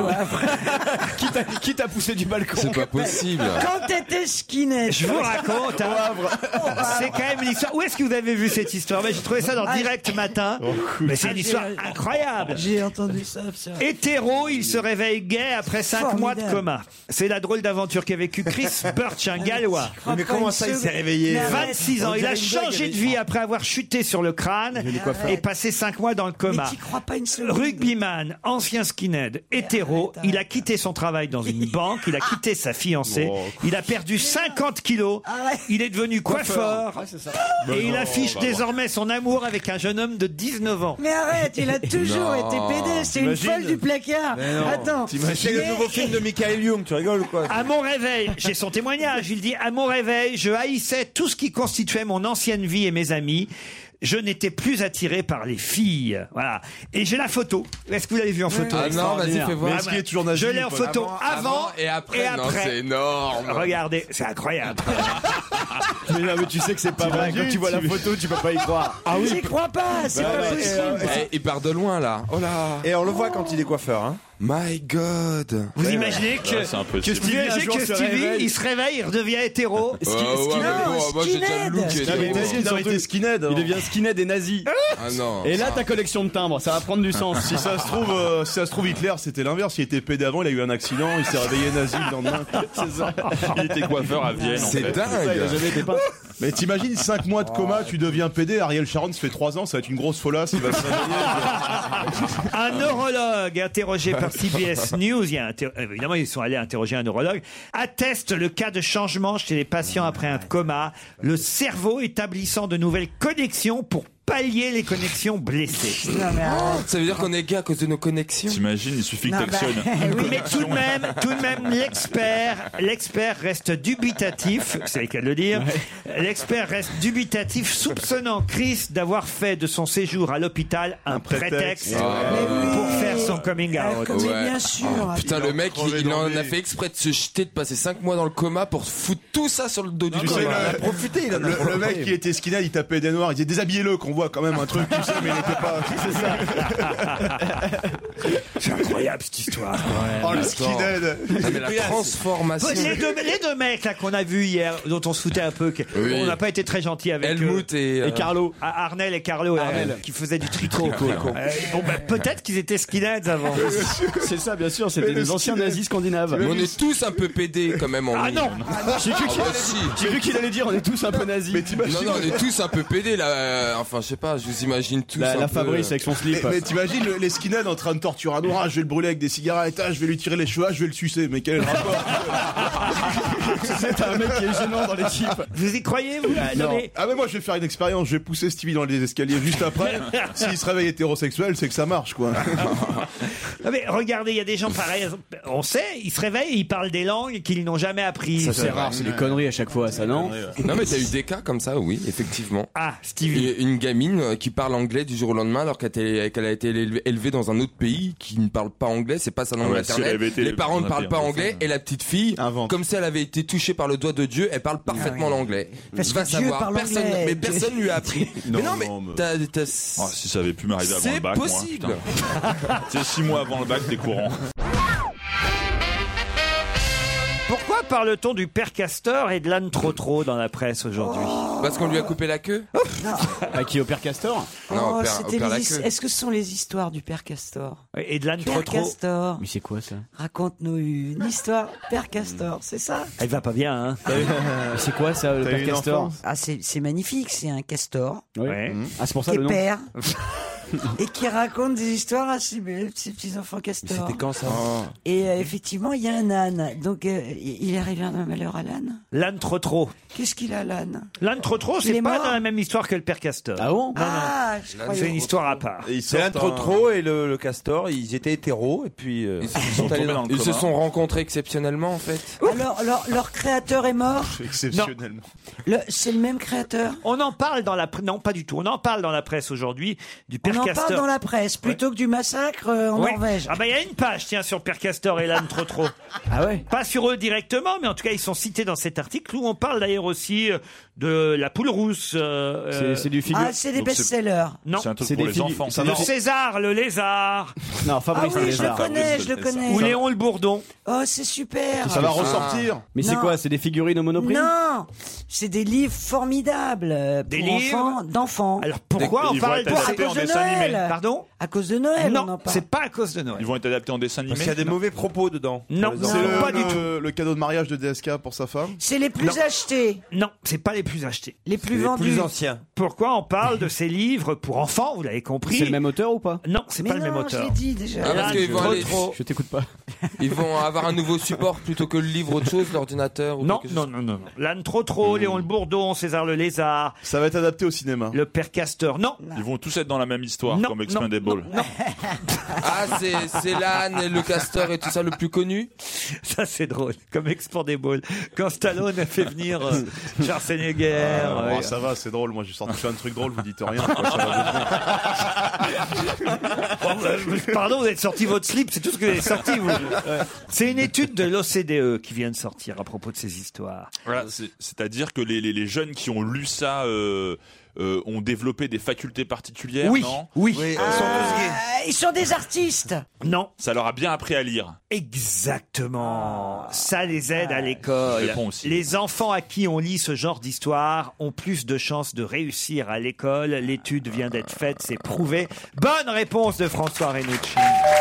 Qui t'a poussé du balcon? C'est pas possible. Quand t'étais skinhead. Je vous raconte, hein. C'est quand même une histoire. Où est-ce que vous avez vu cette histoire? J'ai trouvé ça dans Direct Matin. Mais c'est une histoire incroyable. J'ai entendu ça. Hétéro, il se réveille gay après 5 mois de coma. C'est la drôle d'aventure qu'a vécu Chris Birch, un Gallois. Mais comment ça il s'est réveillé? 26 ans. Il a changé de vie après avoir chuté sur le crâne et passé 5 mois dans le coma. Mais t'y crois pas une seconde. Rugbyman, ancien skinhead, hétéro, il a quitté son travail dans une banque, il a quitté sa fiancée, il a perdu 50 kilos, il est devenu coiffeur et il affiche désormais son amour avec un jeune homme de 19 ans. Mais arrête, il a toujours été pédé. C'est une folle du placard. Attends. C'est le nouveau film de Michael Young, tu rigoles ou quoi? À mon réveil, j'ai son témoignage, il dit: à mon réveil, je haïssais tout ce qui constituait mon ancienne vie et mes amis. Je n'étais plus attiré par les filles. Voilà. Et j'ai la photo. Est-ce que vous l'avez vu en photo? Ah non, vas-y, fais voir. Mais est-ce qu'il est toujours nazi? Je l'ai en photo avant et après. Non, c'est énorme. Regardez, c'est incroyable. Mais non, mais tu sais que c'est pas vrai. Quand tu vois la photo, tu peux pas y croire. Ah oui. J'y crois pas, c'est pas possible. Il part de loin là. Oh là. Et on le voit quand il est coiffeur, hein. My God. Vous imaginez que Stevie, il se réveille, il redevient hétéro. Moi j'ai déjà le look. Il devient skinhead et nazi. Ah non. Et là, ta collection de timbres, ça va prendre du sens. Si ça se trouve, Hitler, c'était l'inverse. Il était pédé avant, il a eu un accident, il s'est réveillé nazi le lendemain. C'est ça. Il était coiffeur à Vienne. C'est dingue. Il a jamais été peint. Mais t'imagines, 5 mois de coma, tu deviens pédé. Ariel Sharon, ça fait 3 ans, ça va être une grosse folasse. Il va se réveiller. Un neurologue interrogé par CBS News, évidemment ils sont allés interroger un neurologue, atteste le cas de changement chez les patients après un coma, le cerveau établissant de nouvelles connexions pour pallier les connexions blessées. Ça veut dire qu'on est gay à cause de nos connexions. T'imagines, il suffit que t'actionnes. Oui, mais tout de même, l'expert reste dubitatif, c'est le cas de le dire, l'expert reste dubitatif, soupçonnant Chris d'avoir fait de son séjour à l'hôpital un prétexte pour faire son coming out. Mais bien sûr. Putain, le mec, il en a fait exprès de se jeter, de passer 5 mois dans le coma pour foutre tout ça sur le dos du coma. Il en a profité, Le mec qui était skinhead, il tapait des noirs, il disait déshabillez-le, qu'on voit quand même un truc, tu sais, mais il n'était pas. C'est ça. C'est incroyable cette histoire. Oh, le skinhead. Mais la transformation. Les deux mecs là qu'on a vus hier, dont on se foutait un peu, on n'a pas été très gentils avec Helmut et Carlo. Arnel et Carlo, qui faisaient du tricot. Peut-être qu'ils étaient skinheads avant. C'est ça, bien sûr, c'était des anciens nazis scandinaves. Mais on est tous un peu pédés quand même en Ah non. J'ai cru qu'il allait dire on est tous un peu nazis. Non, on est tous un peu pédés là. Enfin, je sais pas, je vous imagine tous. La Fabrice avec son slip. Mais t'imagines les skinheads en train de torturer un noir, je vais le brûler avec des cigarettes, je vais lui tirer les cheveux, je vais le sucer. Mais quel est le rapport? C'est un mec qui est gênant dans l'équipe. Vous y croyez, vous? Non. Ah mais moi je vais faire une expérience, je vais pousser Stevie dans les escaliers juste après. S'il se réveille hétérosexuel, c'est que ça marche quoi. Non mais regardez, il y a des gens pareils, on sait, ils se réveillent et ils parlent des langues qu'ils n'ont jamais apprises. Ça c'est rare, c'est des conneries à chaque fois, ça non? Non mais t'as eu des cas comme ça, oui, effectivement. Ah, Stevie. Une gamine qui parle anglais du jour au lendemain alors qu'elle a été élevée dans un autre pays qui ne parle pas anglais, c'est pas sa langue maternelle. Les parents ne parlent pas anglais et la petite fille, comme si elle avait été touchée par le doigt de Dieu, elle parle parfaitement l'anglais. Va savoir, personne lui a appris. Mais non, mais si ça avait pu m'arriver avant le bac, moi. C'est possible. C'est 6 mois avant le bac, t'es courant. Pourquoi parle-t-on du père Castor et de l'âne Trotro dans la presse aujourd'hui? Parce qu'on lui a coupé la queue. À qui, au père Castor? Non, au père, c'était au père la les queue. Est-ce que ce sont les histoires du père Castor? Et de l'âne Père trop. Castor, Mais c'est quoi ça? raconte-nous une histoire. Père Castor, c'est ça? Elle va pas bien, hein. C'est quoi ça, le T'as père eu une Castor? enfance Ah, c'est magnifique, c'est un castor Oui. Ouais. Ah, c'est pour ça qui le est nom. père et qui raconte des histoires à ses petits-enfants castors. C'était quand ça? Et effectivement, il y a un âne. Donc, il est arrivé un malheur à l'âne. L'âne trop. Qu'est-ce qu'il a, l'âne? L'âne trop, Il c'est est pas mort dans la même histoire que le père Castor. Ah bon? Ah, je croyais. C'est une histoire à part. Et ils C'est l'âne sortent trop et le castor, ils étaient hétéros et puis Ils sont tombés dans le Ils se coma. sont rencontrés exceptionnellement en fait. Alors, leur créateur est mort. exceptionnellement. C'est le même créateur. On en parle dans la presse. Non, pas du tout. On en parle dans la presse aujourd'hui du On père en Castor. parle dans la presse plutôt que du massacre en Oui. Norvège. Ah bah il y a une page, tiens, sur Père Castor et l'âne trop. Ah ouais? Pas sur eux directement, mais en tout cas ils sont cités dans cet article où on parle d'ailleurs aussi de la poule rousse. C'est du figure. Ah, c'est des Donc c'est- best-sellers. Non, C'est un truc C'est pour des les figu- enfants. c'est de des- César le lézard Non, Ah Fabrice oui, je le Lézard. connais, je le connais. ou Léon le bourdon. Oh, c'est super. Ça va ressortir. Mais c'est Non. quoi? C'est des figurines au Monoprix? Non, c'est des livres formidables Des pour livres enfants, d'enfants. Alors pourquoi on Ils vont parle être de à adaptés en cause de dessin animé. Noël. Pardon? À cause de Noël, on en Non, parle. c'est pas à cause de Noël. Ils vont être adaptés en dessin animé. parce qu'il y a des mauvais propos dedans. Non, Pour les C'est enfants. pas du tout. le cadeau de mariage de DSK pour sa femme. C'est les plus achetés, Non, c'est pas les plus achetés. les plus Les vendus. plus anciens. Pourquoi on parle de ces livres pour enfants? Vous l'avez compris. C'est le même auteur ou pas? Non, c'est Mais pas le non, même je auteur. l'ai dit déjà. Ah, parce qu'ils vont aller- Je t'écoute pas. Ils vont avoir un nouveau support plutôt que le livre, autre chose, l'ordinateur ou Non, quelque non, chose. non. L'âne trop, Léon le bourdon, César le lézard, Ça va être adapté au cinéma. le père Castor. Non. Ils vont tous être dans la même histoire, Non, comme non, Expendables. non. Ah, c'est l'âne et le castor et tout ça le plus connu. Ça, c'est drôle. Comme Expendables. Quand Stallone a fait venir Schwarzenegger. Oh, ça va, c'est drôle. Moi, j'ai sorti un truc drôle, vous dites rien. quoi, ça va devenir. Pardon, vous avez sorti votre slip, c'est tout ce que vous avez sorti, vous. C'est une étude de l'OCDE qui vient de sortir à propos de ces histoires. Voilà, c'est-à-dire que les jeunes qui ont lu ça ont développé des facultés particulières, Oui, non oui. Ils sont des artistes. Non. Ça leur a bien appris à lire. Exactement. Ça les aide à l'école. Je réponds aussi. Les enfants à qui on lit ce genre d'histoire ont plus de chances de réussir à l'école. L'étude vient d'être faite, c'est prouvé. Bonne réponse de François Renucci.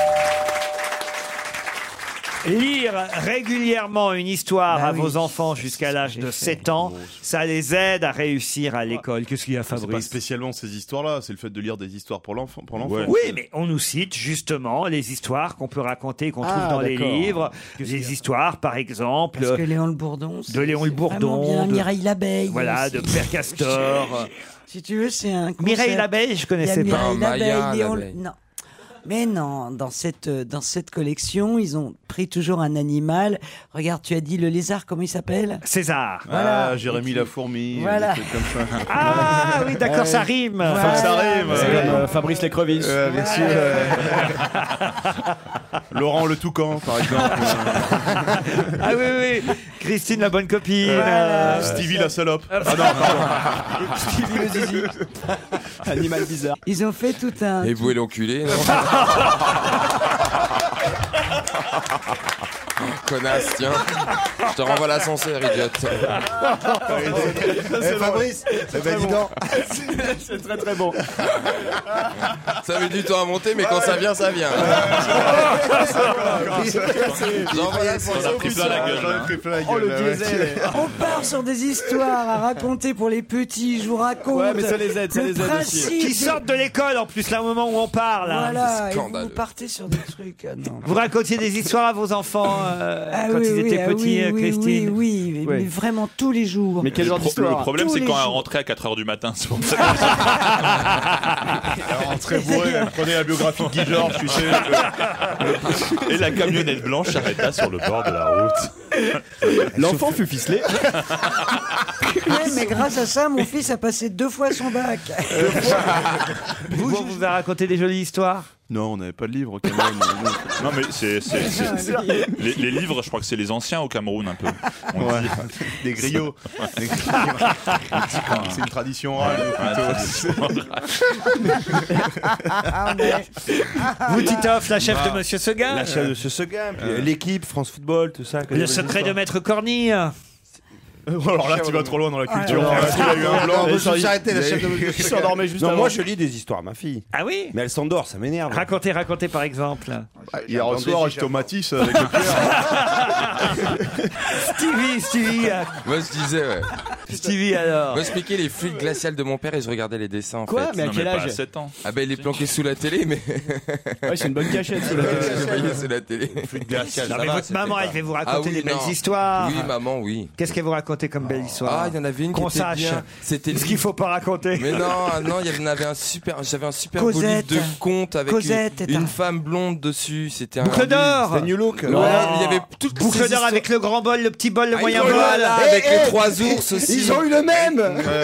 Lire régulièrement une histoire à vos enfants jusqu'à l'âge de 7 ans, ça les aide à réussir à l'école. Qu'est-ce qu'il y a, C'est pas Fabrice? spécialement ces histoires-là, c'est le fait de lire des histoires pour l'enfant. Oui, mais on nous cite justement les histoires qu'on peut raconter, qu'on trouve dans les d'accord. livres. Des histoires, par exemple, Parce que Léon le Bourdon. de Léon le Bourdon, Vraiment bien. de- Mireille l'abeille. voilà, aussi. de Père Castor. Si tu veux, c'est un. Mireille concept. l'abeille, je Il y a connaissais pas. Mireille Maya l'abeille, Léon. l'abeille. Non. Mais non, dans cette collection, ils ont pris toujours un animal. Regarde, tu as dit le lézard, comment il s'appelle? César. Voilà. Ah, Jérémy la fourmi, Voilà. des trucs comme ça. Ah oui, d'accord, ça rime. Voilà. Ça rime. C'est comme Fabrice l'écrevisse. Bien sûr. Laurent le toucan, par exemple. Ah oui, oui. Christine la bonne copine. Voilà. Stevie la salope. Ah non, pardon. Stevie le zizi. Animal bizarre. Ils ont fait tout un. Et vous et l'enculé, non? Connasse, tiens. Je te renvoie l'ascenseur, idiote. Fabrice, dis donc. C'est très très bon. Ça met du temps à monter, mais quand ça vient, ça vient. J'envoie On a l'ascenseur. pris plein la gueule. J'en ai hein. pris plein la Oh, gueule. le ouais. diesel. On part sur des histoires à raconter pour les petits. Je vous raconte. Ouais, mais ça les aide, ça le les aide aussi. principe Qui des- sortent de l'école en plus, là, au moment où on parle. hein. Voilà, et scandaleux. vous partez sur des trucs. Non. Vous racontiez des histoires à vos enfants Ah quand oui, ils oui, étaient ah petits, oui, oui, Christine? oui, mais vraiment tous les jours. Mais quel genre Le d'histoire? problème, Tous c'est les quand elle jours. rentrait à 4h du matin. C'est pour ça. Alors, très bourré, elle prenait la biographie de Guy Georges, tu sais. Et la camionnette blanche s'arrêta sur le bord de la route. L'enfant fut ficelé. Ouais, mais grâce à ça, mon fils a passé 2 fois son bac. Vous, on vous a raconté des jolies histoires? Non, on n'avait pas de livre au Cameroun. Non, mais les livres, je crois que c'est les anciens au Cameroun un peu. On Ouais. dit. Des griots. Des griots. C'est une tradition orale. Vous, Titoff, la chef de Monsieur Seguin? La chef de ce Seguin, puis l'équipe, France Football, tout ça. Le secret de Maître Cornille? Alors là, tu vas trop loin dans la culture. Il a eu un blanc. Elle Je me suis arrêté, la chef de Il s'endormait juste Non, avant. moi je lis des histoires à ma fille. Ah oui? Mais elle s'endort, ça m'énerve. Racontez par exemple. Hier au soir, je tomatisse avec le cœur. Stevie. Moi, je disais, ouais. Stevie alors. Moi, je piquais les fluides glaciales de mon père et je regardais les dessins, en Quoi? fait. Mais à Non, quel mais pas à âge? 7 ans. Ah ben, il est planqué sous la télé, mais... Ouais, c'est une bonne cachette sous la télé. Je le voyais sous la télé. Non, mais votre maman, elle devait vous raconter des belles non. histoires. Oui, maman, oui. Qu'est-ce qu'elle vous racontait comme belle histoire? Ah, il y en avait une qui Qu'on était sache. bien. C'était Ce qu'il faut pas raconter. Mais non, il y en avait j'avais un super beau livre Cosette. de contes avec Cosette est un- une femme blonde dessus. C'était un Boucle d'or. C'était New Look. Ouais, il y avait toutes ces Boucle d'or histoires. avec le grand bol, le petit bol, le moyen Oh bol. là là, avec les 3 ours aussi. Ils ont eu le même.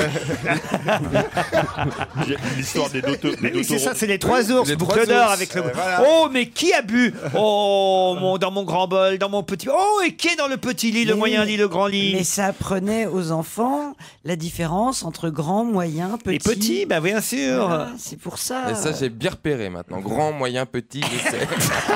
L'histoire des dotos. Mais oui, c'est ça, c'est les 3 ours, Les boucle 3 d'or ours. avec le. Voilà. Oh, mais qui a bu? Oh, dans mon grand bol, dans mon petit. Oh, et qui est dans le petit lit, le Mais moyen oui. lit, le grand lit? Mais ça apprenait aux enfants la différence entre grand, moyen, petit. Et petit, bah bien sûr. Voilà, c'est pour ça. Et ça, j'ai bien repéré maintenant. Grand, moyen, petit, je sais.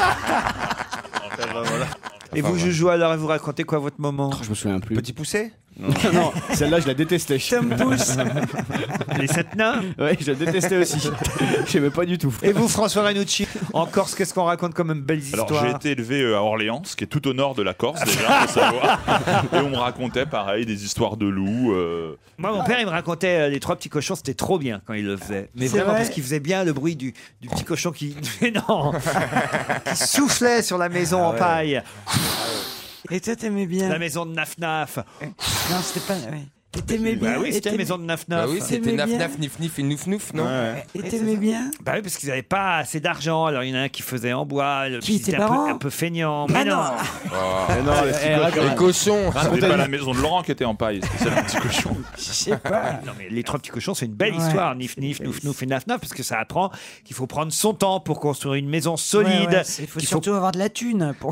Et vous, Joujou, alors, vous racontez quoi votre moment? Je me souviens plus. Petit poussé. Non, celle-là, je la détestais. Tom Pouce. Les 7 nains? Ouais, je la détestais aussi. J'aimais pas du tout. Et vous, François Ranucci, en Corse, qu'est-ce qu'on raconte comme belles histoires? Alors j'ai été élevé à Orléans, ce qui est tout au nord de la Corse déjà, faut savoir. Et on me racontait pareil des histoires de loups. Moi, mon père, il me racontait les 3 petits cochons, c'était trop bien quand il le faisait. Mais C'est vraiment, vrai parce qu'il faisait bien le bruit du petit cochon qui. Mais non qui soufflait sur la maison en paille. Et toi, t'aimais bien. La maison de Naf Naf. Non, c'était pas. Ouais. Et t'aimais bien. Bah oui, et c'était la t'aimais- maison de Naf Bah Naf. oui, c'était T'aimais naf, bien. naf, nif, nif et nouf, nouf, non? Et t'aimais bien. Bah oui, parce qu'ils n'avaient pas assez d'argent. Alors il y en a un qui faisait en bois, le Qui, petit tes était parents un peu feignant. Ah Mais non. non. Les cochons. C'était pas la maison de Laurent qui était en paille, c'était celle du petit cochon. Je sais pas. Non, mais les 3 petits cochons, c'est une belle Ouais. histoire. Nif Nif, Nouf Nouf et Naf Naf, parce que ça apprend qu'il faut prendre son temps pour construire une maison solide. Ouais, ouais, il faut qu'il surtout avoir de la thune pour.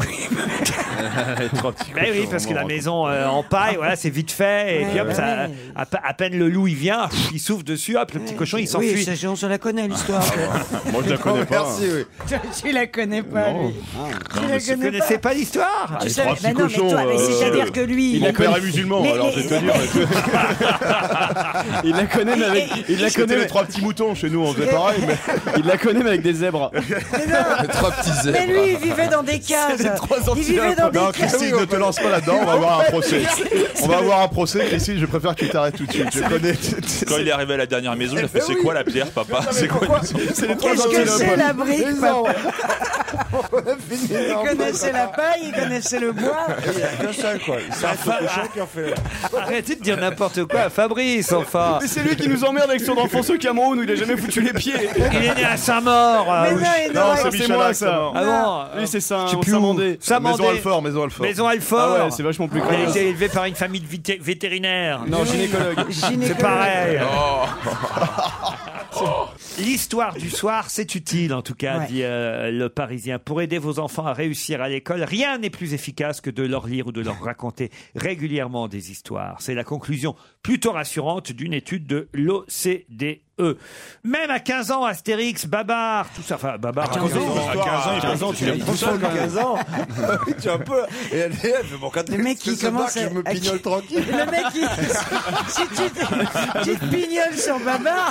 Ben oui, parce que la maison en paille, voilà, c'est vite fait. Et Ouais, puis hop, ouais, ça, ouais. à peine le loup il vient, il souffle dessus, hop, le petit cochon il Oui, s'enfuit. ça, on se la connaît l'histoire. Moi, je la connais pas. Merci, oui. Tu la connais pas, Non. lui. Tu la Vous connais connaissez pas l'histoire? Tu les sais, 3 bah petits non, mais cochons. toi, mais c'est-à-dire que lui. Mon père est musulman, Les- alors je vais te dire. Il la connaît, mais avec. Il la C'était connaît, les mais... 3 petits moutons chez nous, on faisait pareil. Mais... Il la connaît, mais avec des zèbres. Mais non, 3 petits zèbres. mais lui, il vivait dans des cases. Il vivait dans Non, des cases. Christine, ne te lance pas là-dedans, on va avoir un procès. On va avoir un procès, Christine, je préfère que tu t'arrêtes tout de suite. Je connais. Quand il est arrivé à la dernière maison, il a fait c'est quoi la pierre, papa? C'est quoi une maison? C'est les 3 Qu'est-ce que c'est la brique, papa? Il Il connaissait la paille, il connaissait le bois. Il y a qu'un seul quoi. C'est un cochon qui en fait. Arrêtez de dire n'importe quoi à Fabrice, enfin. Mais c'est lui qui nous emmerde avec son enfance au Cameroun où il a jamais foutu les pieds. Il est né à Saint-Maur. Mais non, il Non, n'aurait- c'est c'est Michel moi, Axe, ça. non. Ah bon? Lui, c'est ça, Je sais on plus s'est où. mandé. Samandé. Maison Alfort, Maison Alfort. Maison Alfort. Ah ouais, c'est vachement plus Il a craignos. été élevé par une famille de vétérinaires. Non, gynécologue. C'est pareil. L'histoire du soir, c'est utile en tout cas, Ouais. dit le Parisien. Pour aider vos enfants à réussir à l'école, rien n'est plus efficace que de leur lire ou de leur raconter régulièrement des histoires. C'est la conclusion plutôt rassurante d'une étude de l'OCDE. Même à 15 ans, Astérix, Babar, tout ça, enfin Babar, À 15 ans, tu l'aimes tout seul quand même. 15 ans. Tu es un peu. Et elle fait bon, quand Le mec qui commence à. Je me pignole tranquille. Le mec qui. Si tu te pignoles sur Babar.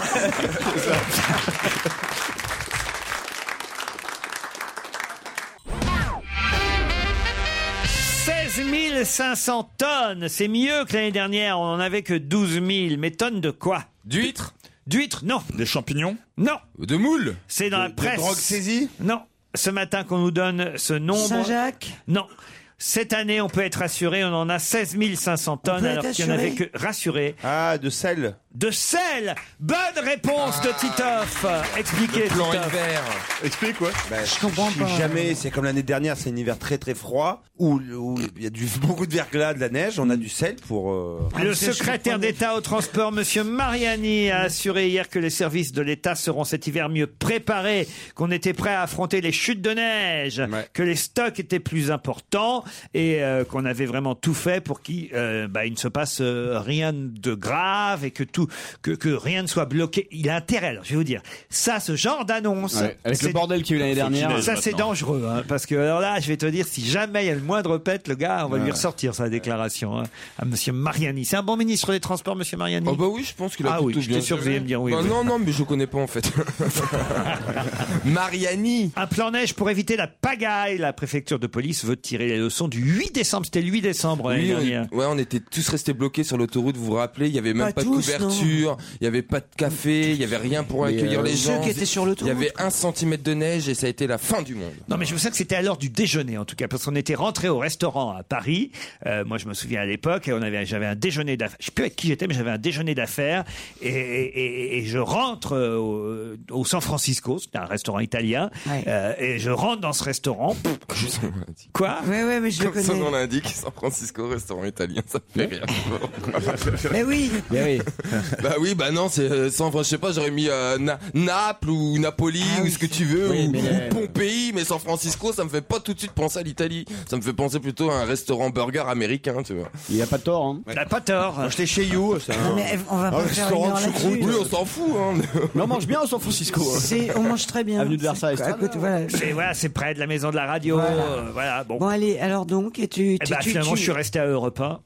16 500 tonnes, c'est mieux que l'année dernière, on en avait que 12 000. Mais tonnes de quoi? D'huîtres? D'huîtres, non. Des champignons? Non. De moules? C'est dans la presse. Drogue saisie. Non. Ce matin qu'on nous donne ce nombre. Saint-Jacques. Non. Cette année, on peut être rassuré, on en a 16 500 tonnes, peut alors être qu'il n'y en avait assuré. que rassuré. Ah, de sel. De sel. Bonne réponse de Titoff. Expliquez, Plan Titoff. hiver. Explique, ouais. Je comprends Si pas. jamais, c'est comme l'année dernière, c'est un hiver très très froid, où il y a beaucoup de verglas, de la neige, on a du sel pour... Le secrétaire d'État au transport, Monsieur Mariani, a assuré hier que les services de l'État seront cet hiver mieux préparés, qu'on était prêt à affronter les chutes de neige, Ouais. que les stocks étaient plus importants et qu'on avait vraiment tout fait pour qu'il ne se passe rien de grave et que tout surtout que rien ne soit bloqué. Il a intérêt. Alors, je vais vous dire, ça, ce genre d'annonce, Ouais, avec le bordel qu'il y a eu l'année dernière. ça c'est dangereux, hein, parce que alors là, je vais te dire, si jamais il y a le moindre pète, le gars, on va lui ressortir sa déclaration hein, à Monsieur Mariani. C'est un bon ministre des Transports, Monsieur Mariani. Oh bah oui, je pense qu'il a Ah oui, plutôt j'étais bien sûr que vous géré. alliez me dire oui. Bah oui. non, mais je connais pas en fait. Mariani. Un plan neige pour éviter la pagaille. La préfecture de police veut tirer les leçons du 8 décembre. C'était le 8 décembre l'année dernière. On était tous restés bloqués sur l'autoroute, vous vous rappelez, il y avait même pas de tous, couverture, il y avait pas de café, il y avait rien pour accueillir les gens. Ceux qui étaient sur l'autoroute. Il y avait 1 centimètre de neige et ça a été la fin du monde. Non, mais je me souviens que c'était à l'heure du déjeuner, en tout cas, parce qu'on était rentré au restaurant à Paris. Moi, je me souviens à l'époque, j'avais un déjeuner d'affaires. Je sais plus avec qui j'étais, mais j'avais un déjeuner d'affaires. Et je rentre au San Francisco, c'était un restaurant italien. Ouais. Et je rentre dans ce restaurant. Quoi? Ouais, mais je le Comme son connais. nom l'indique, San Francisco, restaurant italien, ça me fait rire. Mais oui. Bah oui, bah non, c'est sans, je sais pas, j'aurais mis Naples ou Napoli ou ce que tu veux, ou Pompéi, mais San Francisco, ça me fait pas tout de suite penser à l'Italie. Ça me fait penser plutôt à un restaurant burger américain, tu vois. Il a pas tort, hein. Il a pas tort. Moi, j'étais chez You. Non, mais on va pas faire une heure là-dessus. Oui, on s'en fout, hein. Mais on mange bien au San Francisco. On mange très bien. Avenue de Versailles. À côté, voilà. C'est près de la maison de la radio. Voilà, bon. Bon, allez, alors donc, et tu. Eh ben, finalement, je suis resté à Europe 1.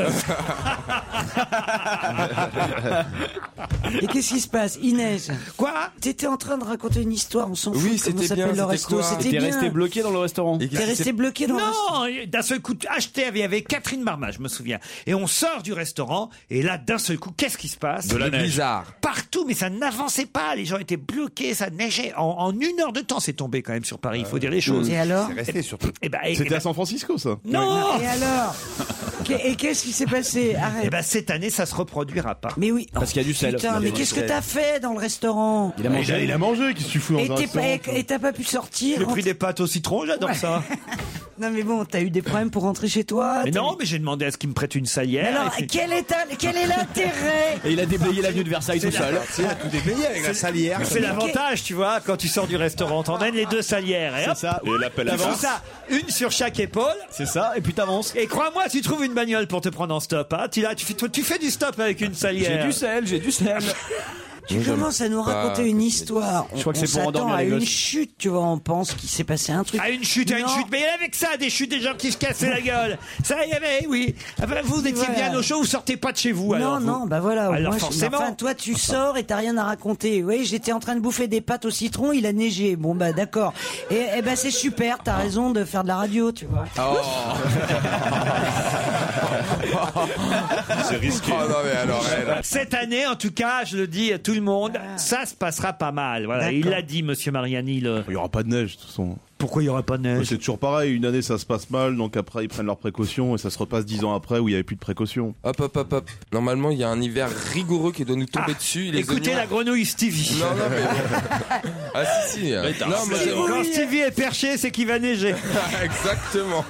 Et qu'est-ce qui se passe? Inès. Quoi? T'étais en train de raconter une histoire, on s'en fout. Oui, Comment c'était bien, s'appelle le c'était resto? quoi? C'était T'es bien. resté bloqué dans le restaurant. T'es resté bloqué dans le restaurant. Non, d'un seul coup, acheté, il y avait Catherine Barma, je me souviens. Et on sort du restaurant, et là, d'un seul coup, qu'est-ce qui se passe? De la neige. Blizzard. Partout, mais ça n'avançait pas. Les gens étaient bloqués, ça neigeait. En 1 heure de temps, c'est tombé quand même sur Paris, il faut dire les choses. Et alors? C'est resté surtout. C'était à San Francisco, ça. Non! Et alors? Et qu'est-ce qui s'est passé? Arrête. Eh ben, cette année, ça se reproduira pas. Mais oui. Parce qu'il y a du sel. Putain, mais qu'est-ce que t'as fait dans le restaurant? Il a mangé. Il a mangé, qu'est-ce que tu fous dans un restaurant? Et t'as pas pu sortir? J'ai pris des pâtes au citron, j'adore ça. Non mais bon, t'as eu des problèmes pour rentrer chez toi? Mais non, mais j'ai demandé à ce qu'il me prête une Mais salière. alors, et puis- quel est l'intérêt? Et il a déblayé l'avenue de Versailles tout seul. C'est tout déblayé avec la salière. C'est l'avantage, tu vois, quand tu sors du restaurant, t'emmènes les 2 salières. Et hop, C'est ça. Et l'appel à tu fais force. ça, une sur chaque épaule. C'est ça. Et puis t'avances. Et crois-moi, tu trouves une bagnole pour te prendre en stop. Hein. Tu fais du stop avec une salière. J'ai du sel. Tu commences à nous raconter une histoire. Je crois que On c'est pour s'attend endormir à les une gosses. chute, tu vois, on pense qu'il s'est passé un truc. À une chute. Non. Mais il y avait que ça, des chutes, des gens qui se cassaient la gueule. Ça, il y avait, oui. Ah ben, vous étiez Voilà. bien au chaud, vous sortez pas de chez vous. Alors, vous. Non, bah voilà. Alors moi, forcément. Enfin, toi, tu sors et t'as rien à raconter. Oui, j'étais en train de bouffer des pâtes au citron, il a neigé. Bon, bah d'accord. Et bah c'est super, t'as raison de faire de la radio, tu vois. C'est risqué. Oh non, mais alors, Cette année, en tout cas, je le dis à tout le monde, ça se passera pas mal. Voilà, D'accord. il l'a dit, Monsieur Mariani. Il n'y aura pas de neige, de toute façon. Pourquoi il y aura pas de neige? C'est toujours pareil, une année ça se passe mal, donc après ils prennent leurs précautions et ça se repasse 10 ans après où il n'y avait plus de précautions. Hop. Normalement, il y a un hiver rigoureux qui doit nous tomber dessus. Les Écoutez oignons- la grenouille Stevie. Non, mais... Ah si. t'as Non, un moi, fleur. Quand Stevie est perché, c'est qu'il va neiger. Exactement.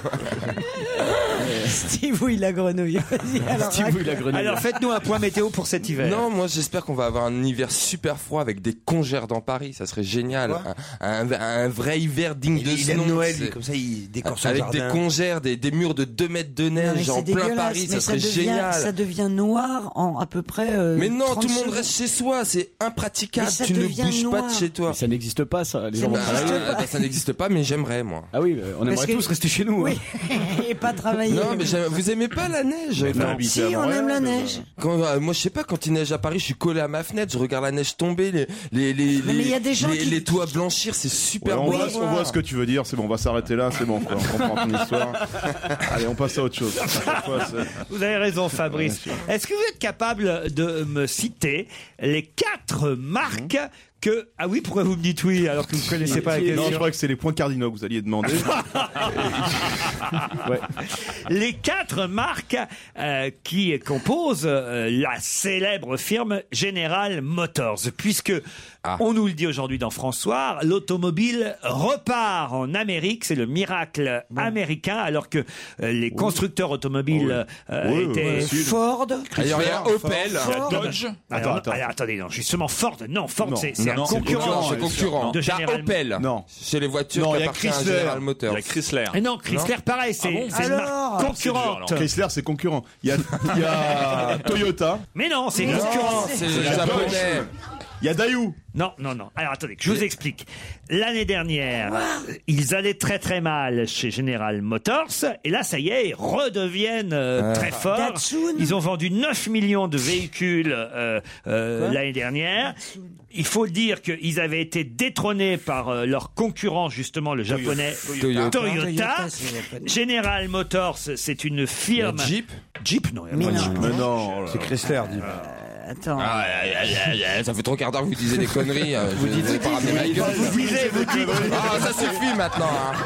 Steve, oui, la grenouille. Vas-y, alors. Steve, la grenouille. Alors faites-nous un point météo pour cet hiver. Non, moi j'espère qu'on va avoir un hiver super froid avec des congères dans Paris, ça serait génial. Un vrai hiver digne de Il ce aime nom. Noël, c'est- lui, comme ça, il décore son Avec jardin. des congères, des murs de 2 mètres de Non, mais neige en c'est plein dégueulasse, Paris, mais ça serait devient, génial. Ça devient noir en à peu près. Mais non, 30 tout le monde secondes. reste chez soi, c'est impraticable. Mais ça Tu ne devient bouges pas noir. de chez toi. Mais ça n'existe pas, ça. Les gens vont n'existe travailler. pas. Ça n'existe pas, mais j'aimerais moi. Ah oui, on Parce aimerait que- tous rester chez nous. Oui, et pas travailler. Non, mais vous aimez pas la neige Non. Si, on aime la neige. Moi, je sais pas, quand il neige à Paris, je suis collé à ma fenêtre, je regarde la neige tomber, les mais il y a des gens qui- les toits blanchir, c'est super on, beau. voit ce que tu veux dire, c'est bon, on va s'arrêter là, c'est bon, quoi. On comprend ton histoire. Allez, on passe à autre chose. À chaque fois, Vous avez raison, Fabrice. Est-ce que vous êtes capable de me citer les 4 marques que... Ah oui, pourquoi vous me dites oui alors que vous ne connaissez pas la Non, je question? crois que c'est les points cardinaux que vous alliez demander. Ouais. Les 4 marques qui composent la célèbre firme General Motors, puisque on nous le dit aujourd'hui dans François, l'automobile repart en Amérique, c'est le miracle américain, alors que les constructeurs automobiles étaient Ford. Alors, il y a Opel, Ford. Dodge. Alors, attendez, non, justement Ford, non, Ford, Non. c'est un concurrent C'est concurrent. de T'as General Opel. Non. Chez les voitures Non, qui il y a appartiennent à Chrysler. General Motors. Il y a Chrysler. Et non, Chrysler, pareil, c'est une marque Alors concurrente. Chrysler, c'est concurrent. Il y a Toyota. Mais non, c'est Mais concurrent. C'est japonais. Il y a Daewoo. Non. Alors attendez, que je vous explique. L'année dernière, ils allaient très très mal chez General Motors. Et là, ça y est, ils redeviennent très forts. Datsun. Ils ont vendu 9 millions de véhicules l'année dernière. Il faut dire qu'ils avaient été détrônés par leur concurrent, justement, le japonais Toyota. Toyota, c'est japonais. General Motors, c'est une firme... La Jeep. Jeep, non. Mais non. Mais non. C'est Chrysler, dis. Attends. Ah, ça fait 3 quarts d'heure que vous disiez des conneries. Vous dites pas ramener ma gueule. Vous dites... Ah, ça suffit maintenant.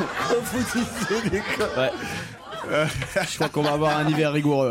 Ouais. Je crois qu'on va avoir un hiver rigoureux.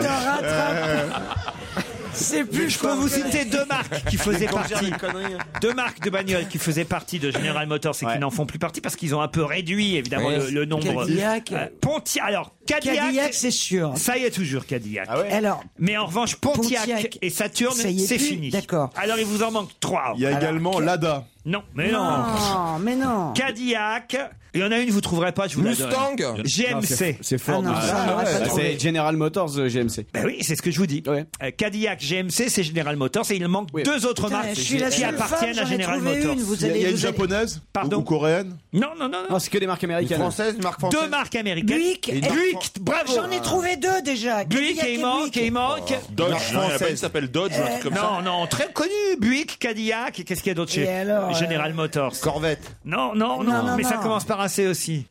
C'est plus Je peux vous citer deux marques qui faisaient partie. Deux marques de bagnoles qui faisaient partie de General Motors et qui n'en font plus partie parce qu'ils ont un peu réduit, évidemment, le nombre. Cadillac. Pontiac. Alors, Cadillac, c'est sûr. ça y est toujours Cadillac. Alors, Mais en revanche, Pontiac et Saturn, ça y est c'est plus. fini. D'accord. Alors, il vous en manque 3. Il y a également Lada. Non, mais non. Non, mais non. Cadillac. Il y en a une, vous trouverez pas, je vous la donne. Mustang. GMC. C'est fort. Ah non, ça, on n'aurait pas trouvé. C'est General Motors GMC. Ben oui, c'est ce que je vous dis. Ouais. Cadillac, GMC, c'est General Motors et il manque deux autres Putain, marques je suis la qui seule appartiennent femme, à j'en ai General trouvé Motors. une, vous Il y a allez- une vous allez- japonaise Pardon ou coréenne. Non. Non, c'est que des marques américaines. Française, une marque française. Deux marques américaines. Buick. Buick, bravo. J'en ai trouvé deux déjà. Buick Cadillac et il manque, et il manque. Dodge, marque non, il y en a pas une française. qui s'appelle Dodge ou un truc comme ça. Non, très connu. Buick, Cadillac, et qu'est-ce qu'il y a d'autre chez Et alors, General Motors? Corvette. Non, non, mais ça non. commence par un C aussi.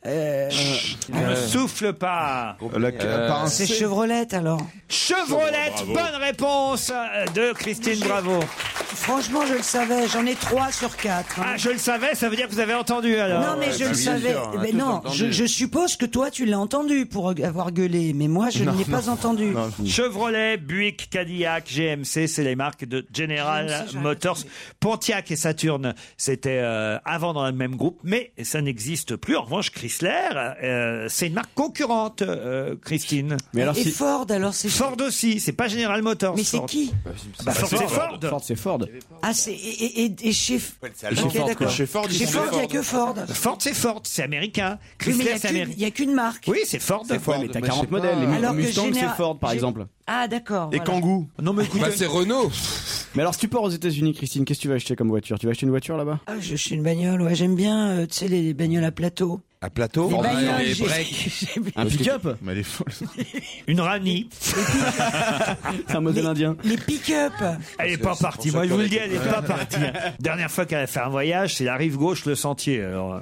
Ne souffle pas. Par un C'est C. Chevrolet alors. Chevrolet, Bravo. bonne réponse de Christine Bravo. Franchement, je le savais. J'en ai 3 sur 4. Ah, je le savais, ça veut dire que vous avez entendu alors. Non, mais je le bien savais. sûr, on a Mais tous non, entendu. je suppose que toi, tu l'as entendu pour avoir gueulé. Mais moi, je ne l'ai pas entendu. Chevrolet, Buick, Cadillac, GMC, c'est les marques de General GMC, j'aurais Motors. Pontiac et Saturn, c'était avant dans le même groupe, mais ça n'existe plus. En revanche, Chrysler, c'est une marque concurrente, Christine. Mais alors, Et si... Ford, alors c'est. Ford aussi, c'est pas General Motors. Mais c'est Ford. qui Bah, Ford, c'est Ford. Ford, c'est Ford. Ah, c'est. Et chez. allemand. Ok, d'accord. Chez Ford, ils Chez sont Ford, il n'y a Ford. que Ford. Ford, c'est Ford, c'est américain. Oui, mais Chrysler, c'est il américain. n'y a qu'une marque. Oui, c'est Ford. Ouais, mais t'as mais 40 je sais modèles. pas. Les Alors que Mustang, c'est Général- Ford, par Gé- exemple. Ah, d'accord. Et voilà. Kangoo. Non, mais écoutez, Bah, c'est Renault. Mais alors, si tu pars aux États-Unis, Christine, qu'est-ce que tu vas acheter comme voiture? Tu vas acheter une voiture là-bas? Ah, je suis une bagnole, ouais, j'aime bien, tu sais, les bagnoles à plateau. À plateau. Les ouais, bagnoles, les j'ai- breaks. j'ai- Un pick-up? Mais elle est folle. une Rani. C'est un modèle indien. Les pick-up. Elle est pas partie. Moi, je vous le dis, elle est pas partie. Dernière fois qu'elle a fait un voyage, c'est la rive gauche, le sentier. Alors,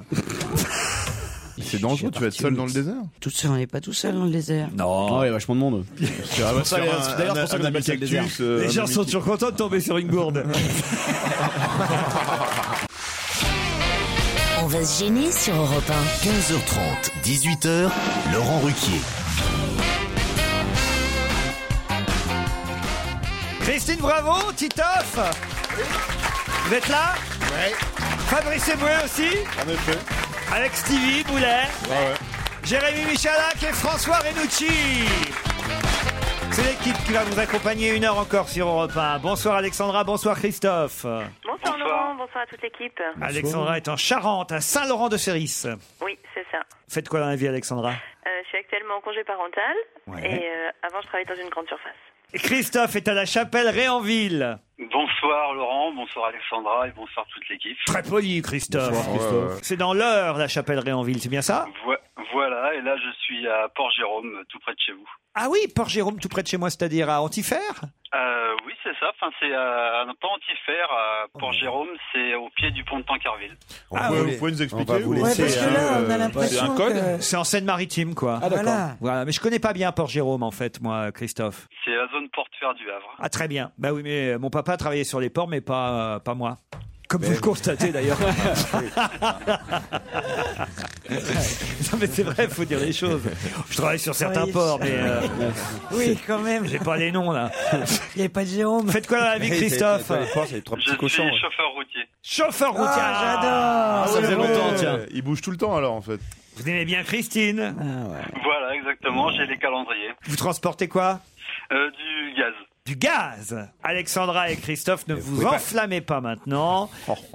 C'est dangereux, tu vas être seul dans le désert. Tout seul, on n'est pas tout seul dans le désert. non. Ah ouais, vachement de monde. D'ailleurs, pour ça qu'on appelle ça le désert. Les gens sont toujours contents de tomber sur une gourde. On va se gêner sur Europe 1. 15h30, 18h, Laurent Ruquier. Christine Bravo, Titoff. Vous êtes là? Ouais. Fabrice Eboué aussi? En effet. Avec Stevie Boulet. Ouais. Jérémy Michalak et François Renucci. C'est l'équipe qui va vous accompagner 1 heure encore sur Europe 1. Bonsoir Alexandra, bonsoir Christophe. Bonsoir Laurent, bonsoir à toute l'équipe. Alexandra est en Charente, à Saint-Laurent-de-Céris. Oui, c'est ça. Faites quoi dans la vie, Alexandra? Je suis actuellement en congé parental Ouais. et avant je travaillais dans une grande surface. Et Christophe est à la chapelle Réanville. Bonsoir Laurent, bonsoir Alexandra et bonsoir toute l'équipe. Très poli, Christophe. Bonsoir, Christophe. C'est dans l'Eure, la chapelle Réanville, c'est bien ça? Voilà, et là je suis à Port-Jérôme, tout près de chez vous. Ah oui, Port-Jérôme, tout près de chez moi, c'est-à-dire à Antifère? Oui, c'est ça, enfin c'est à pas Antifère, à Port-Jérôme, c'est au pied du pont de Tancarville. Vous pouvez nous expliquer on va vous ou- Ouais, laisser, parce que là, on a C'est l'impression un code que. C'est en Seine-Maritime, quoi. Ah, d'accord. Voilà. Voilà, mais je connais pas bien Port-Jérôme, en fait, moi, Christophe. C'est la zone portuaire du Havre. Ah, très bien. Bah oui, mais mon papa travaillait sur les ports, mais pas moi. Comme vous le constatez d'ailleurs. Non mais c'est vrai, il faut dire les choses. Je travaille sur certains Oui. ports, mais Oui, quand même. j'ai pas les noms là. Il n'y avait pas de Jérôme. Faites quoi dans la vie, Christophe? C'est les trois Je petits suis cochons. chauffeur routier. Chauffeur routier. Ah, j'adore. Ça faisait Ouais, longtemps, tiens. Il bouge tout le temps alors en fait. Vous aimez bien Christine? Voilà, exactement, j'ai les calendriers. Vous transportez quoi? Du gaz. Du gaz. Alexandra et Christophe, ne vous enflammez pas maintenant.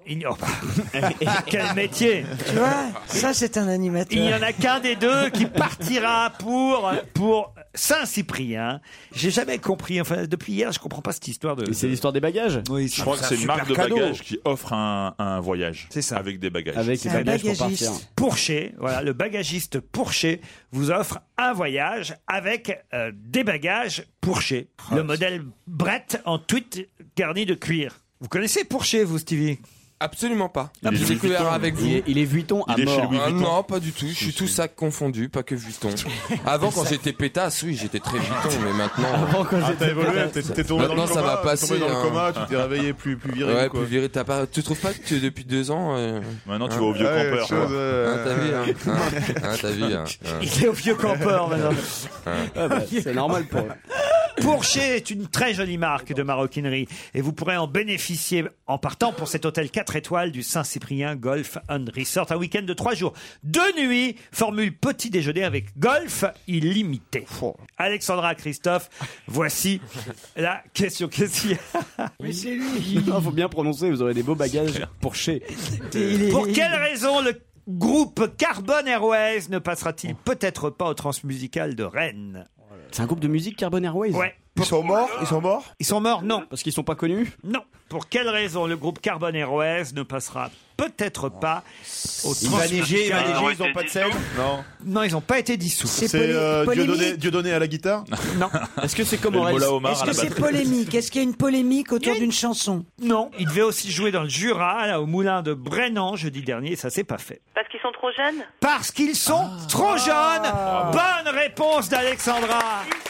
Quel métier! Tu vois, ça c'est un animateur. Il n'y en a qu'un des deux qui partira pour Saint-Cyprien. J'ai jamais compris. Enfin, depuis hier, je comprends pas cette histoire de. C'est l'histoire des bagages. Oui, Je crois que c'est une marque de bagages qui offre un voyage. C'est ça. Avec des bagages. Avec des bagages pour partir. Pourchet, voilà, le bagagiste Pourchet vous offre un voyage avec des bagages Pourchet. Le modèle Brett en tweed garni de cuir. Vous connaissez Pourchet, vous, Stevie? Absolument pas. Il est J'ai Louis découvert Vuitton. avec vous. Il est Vuitton à Il est chez mort. Louis Vuitton. Non, pas du tout. Je suis tout sac confondu, pas que Vuitton. Avant, quand j'étais pétasse, oui, j'étais très Vuitton, mais maintenant. Avant, quand Ah, j'étais t'as évolué, pétasse. t'es tombé dans Maintenant, le ça coma, va passer, t'es tombé dans le hein. coma, tu t'es réveillé plus viril. Ouais, quoi. plus viril. Tu trouves pas que depuis 2 ans. Maintenant, tu vas au vieux Ouais, campeur. chose, Hein, t'as vu, hein. T'as vu, hein. Il est au vieux campeur maintenant. Ah bah, c'est normal pour eux. Pourchet est une très jolie marque de maroquinerie et vous pourrez en bénéficier en partant pour cet hôtel 4 étoiles du Saint-Cyprien Golf and Resort. Un week-end de 3 jours, 2 nuits, formule petit déjeuner avec golf illimité. Alexandra, Christophe, voici la question. Qu'est-ce qu'il y a? Mais c'est lui. Il faut bien prononcer, vous aurez des beaux bagages Pourchet. Pour quelle raison le groupe Carbon Airways ne passera-t-il peut-être pas au Transmusical de Rennes? C'est un groupe de musique Carbon Airways. Ouais. Ils sont morts? Ils sont morts? Ils sont morts? Non. Parce qu'ils sont pas connus. Non. Pour quelle raison le groupe Carbon Airways ne passera peut-être pas au Il va neiger, Transmusical? ils ont pas de sel? Non. Non, ils n'ont pas été dissous. C'est polémique. Dieudonné à la guitare? Non. Est-ce que c'est comme Et le Aurel Mola Omar Est-ce à que la c'est batterie. polémique? Est-ce qu'il y a une polémique autour d'une chanson? Non. Ils devaient aussi jouer dans le Jura, là, au moulin de Brennan, jeudi dernier, et ça s'est pas fait. Parce qu'ils sont trop jeunes? Parce qu'ils sont trop jeunes. Bonne réponse d'Alexandra.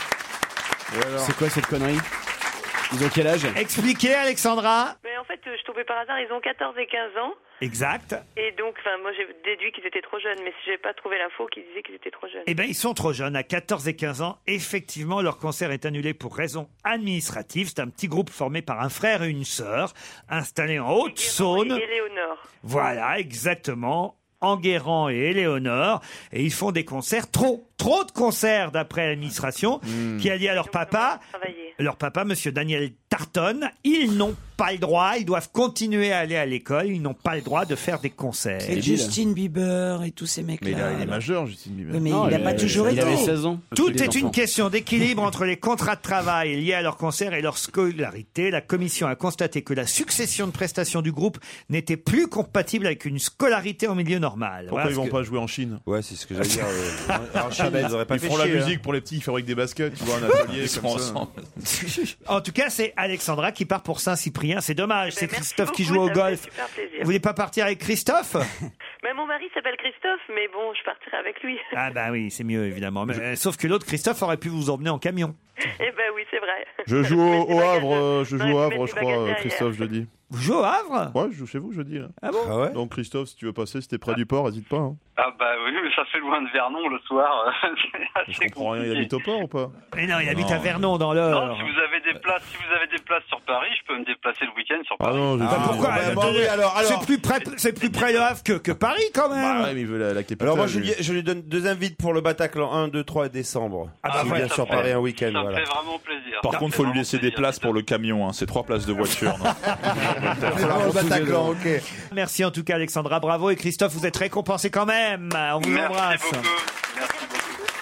C'est quoi cette connerie? Ils ont quel âge? Expliquez, Alexandra. Mais en fait, je tombais par hasard, ils ont 14 et 15 ans. Exact. Et donc, moi, j'ai déduit qu'ils étaient trop jeunes, mais si j'ai pas trouvé l'info qui disait qu'ils étaient trop jeunes. Eh bien, ils sont trop jeunes, à 14 et 15 ans. Effectivement, leur concert est annulé pour raisons administratives. C'est un petit groupe formé par un frère et une sœur, installé en Haute-Saône. Et Léonore. Voilà, exactement. Enguerrand et Éléonore. Et ils font des concerts, trop de concerts d'après l'administration, qui a dit à leur papa, monsieur Daniel Tarton, ils n'ont pas le droit, ils doivent continuer à aller à l'école, ils n'ont pas le droit de faire des concerts. Et Justin Bieber et tous ces mecs-là. Mais il est majeur, Justin Bieber. Oui, mais il n'a pas toujours été. Il avait 16 ans. Tout est une question d'équilibre entre les contrats de travail liés à leur concert et leur scolarité. La commission a constaté que la succession de prestations du groupe n'était plus compatible avec une scolarité en milieu normal. Pourquoi Voilà ils ce vont que- pas jouer en Chine? Ouais, c'est ce que j'allais dire. En Chine, ils auraient pas Ils fait font la chier, musique pour les petits, ils fabriquent des baskets, tu vois, un atelier Ils comme sont ça. ensemble. En tout cas, c'est Alexandra qui part pour Saint-Cyprien. C'est dommage, c'est merci Christophe qui beaucoup, joue au ça me fait golf. super plaisir. Vous voulez pas partir avec Christophe? Mais mon mari s'appelle Christophe, mais bon, je partirai avec lui. Ah bah oui, c'est mieux évidemment. Mais, sauf que l'autre Christophe aurait pu vous emmener en camion. Eh ben oui, c'est vrai. Je joue au Havre, je Ouais, joue au tu Havre, mets je tes crois, bagages Christophe, derrière. jeudi. Vous jouez au Havre? Ouais, je joue chez vous jeudi. Là. Ah bon? Ah ouais? Donc Christophe, si tu veux passer, si t'es près du port, hésite pas. Hein. Ah bah oui, mais ça fait loin de Vernon le soir. C'est Je assez comprends rien, il compliqué. habite au port ou pas? Mais non, il habite Non. à Vernon dans Non, l'Eure. si vous avez des places sur Paris, je peux me déplacer le week-end sur Ah Paris. non, Bah pourquoi? oui, alors. C'est plus près le Havre que Paris quand même. Bah ouais, mais il veut la capitale. Alors moi lui. je lui donne 2 invites pour le Bataclan 1, 2, 3 décembre. Ah bah S'il voilà, vient ça sur fait- Paris un week-end, Ça me voilà. fait vraiment plaisir. Par Ça contre, me faut fait lui laisser vraiment des places pour le camion. Hein. C'est 3 places de voiture. non Pour le Bataclan, ok. Merci en tout cas Alexandra, bravo. Et Christophe, vous êtes récompensé quand même. On vous Merci embrasse. beaucoup. Merci beaucoup.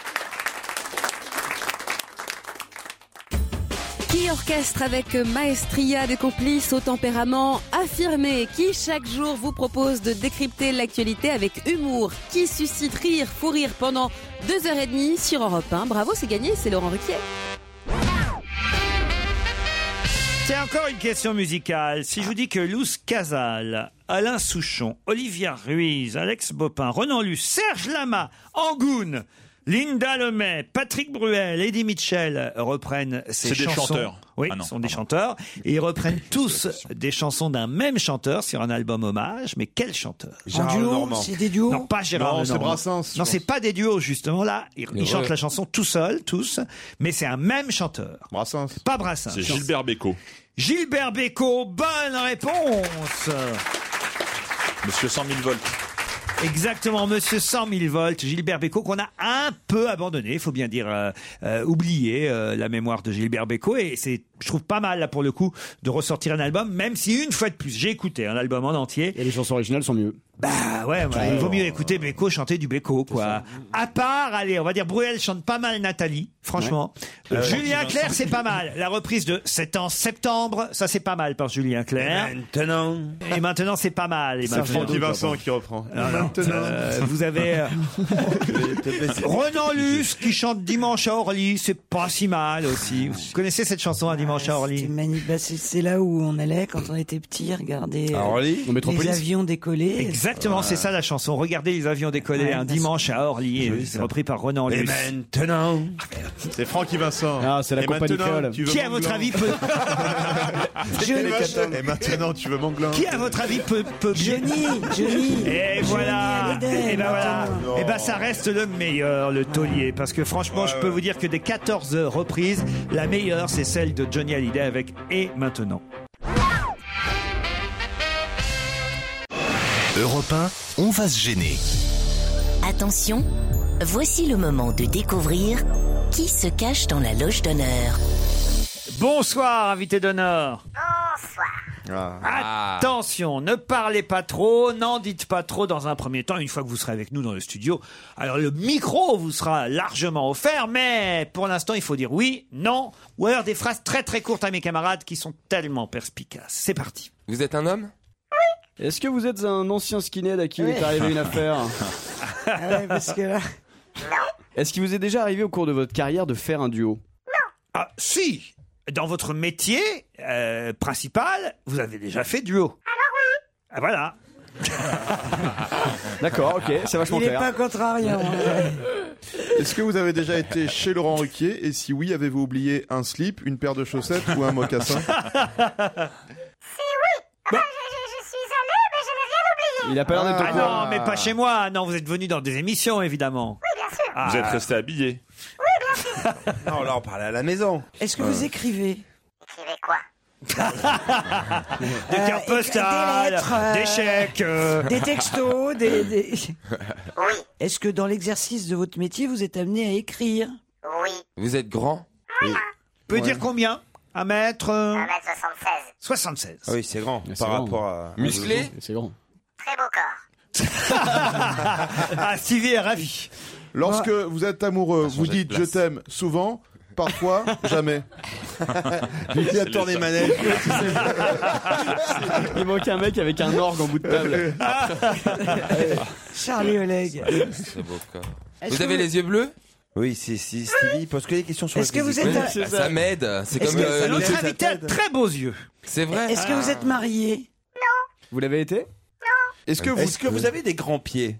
Qui orchestre avec maestria des complices au tempérament affirmé, qui chaque jour vous propose de décrypter l'actualité avec humour, qui suscite rire, fou rire pendant 2h30 sur Europe 1. Bravo, c'est gagné, c'est Laurent Ruquier. C'est encore une question musicale. Si je vous dis que Luz Casal, Alain Souchon, Olivia Ruiz, Alex Bopin, Renan Luce, Serge Lama, Angoune, Linda Lemay, Patrick Bruel, Eddie Mitchell reprennent ces C'est des chansons. chanteurs. Oui, Ah non, ce sont des pardon. chanteurs. Et ils reprennent tous des chansons d'un même chanteur sur un album hommage. Mais quel chanteur? En duo, c'est des duos. Non, pas Gérard Non, Lenormand. c'est Brassens, je Non, pense. c'est pas des duos, justement. Là, ils Ouais. chantent la chanson tout seuls, tous. Mais c'est un même chanteur. Brassens. Pas Brassens. C'est Gilbert Bécaud. Gilbert Bécaud, bonne réponse. Monsieur 100 000 volts. Exactement, monsieur 100 000 volts, Gilbert Bécaud, qu'on a un peu abandonné, il faut bien dire, oublié la mémoire de Gilbert Bécaud, et c'est, je trouve pas mal là pour le coup de ressortir un album, même si une fois de plus j'ai écouté un album en entier. Et les chansons originales sont mieux. Bah ouais, il vaut mieux écouter Bécaud chanter du Bécaud, quoi. À part, allez, on va dire Bruel chante pas mal Nathalie, franchement. Julien Clerc, c'est pas mal. La reprise de C'est en septembre, ça c'est pas mal par Julien Clerc. Et maintenant c'est pas mal. Et c'est Francky Vincent qui reprend. Vous avez Renan Luce qui chante Dimanche à Orly, c'est pas si mal aussi. Vous connaissez cette chanson à Dimanche à Orly? C'est là où on allait quand on était petit, regarder les avions décoller. Exactement, c'est ça la chanson. Regardez les avions décoller un dimanche à Orly. C'est repris par Renan Luce. Et maintenant, c'est Francky Vincent. Ah, c'est la compagnie créole. Qui à votre avis peut Et maintenant, tu veux mon gland. Qui à votre avis peut Johnny. Et voilà. Et ben voilà. Et ben ça reste le meilleur, le taulier, parce que franchement, je peux vous dire que des 14 reprises, la meilleure, c'est celle de Johnny Hallyday avec Et maintenant. Europe 1, on va se gêner. Attention, voici le moment de découvrir qui se cache dans la loge d'honneur. Bonsoir, invité d'honneur. Bonsoir. Attention, ne parlez pas trop, n'en dites pas trop dans un premier temps, une fois que vous serez avec nous dans le studio. Alors le micro vous sera largement offert, mais pour l'instant il faut dire oui, non, ou alors des phrases très très courtes à mes camarades qui sont tellement perspicaces. C'est parti. Vous êtes un homme? Est-ce que vous êtes un ancien skinhead à qui il est arrivé une affaire? Ouais, parce que là... Est-ce qu'il vous est déjà arrivé au cours de votre carrière de faire un duo? Ah, si. Dans votre métier principal, vous avez déjà fait duo. Ah voilà. D'accord, ok, c'est vachement Il clair. est pas contrariant. Est-ce que vous avez déjà été chez Laurent Ruquier? Et si oui, avez-vous oublié un slip, une paire de chaussettes ou un mocassin? Si oui. Je suis allée, mais je n'ai rien oublié. Il a pas l'air d'être au courant. Non, mais pas chez moi. Non, vous êtes venu dans des émissions, évidemment. Oui, bien sûr. Vous êtes resté habillé. Oui, bien sûr. Non, là, on parlait à la maison. Est-ce que vous écrivez? Écrivez quoi? Des cartes postales, des lettres, des chèques, des textos, des... Oui. Est-ce que dans l'exercice de votre métier, vous êtes amené à écrire? Oui. Vous êtes grand? Oui. Vous pouvez dire combien? 1m 1m76. 76. Ah oui, c'est grand. C'est Par grand. rapport à... Musclé? C'est grand. Très beau corps. Ah, Stevie est ravi. Lorsque vous êtes amoureux, vous dites je t'aime souvent, parfois, jamais. Il a tourné manège. Il manque un mec avec un orgue en bout de table. Charlie Oleg. C'est beau corps. Est-ce Vous que avez vous- les yeux bleus? Oui, si Stevie pose que des questions sur Est-ce que vous êtes... Ça m'aide. C'est Est-ce comme que- Notre invité a de très beaux yeux. C'est vrai. Est-ce que vous êtes marié? Vous l'avez été? Est-ce que vous avez des grands pieds?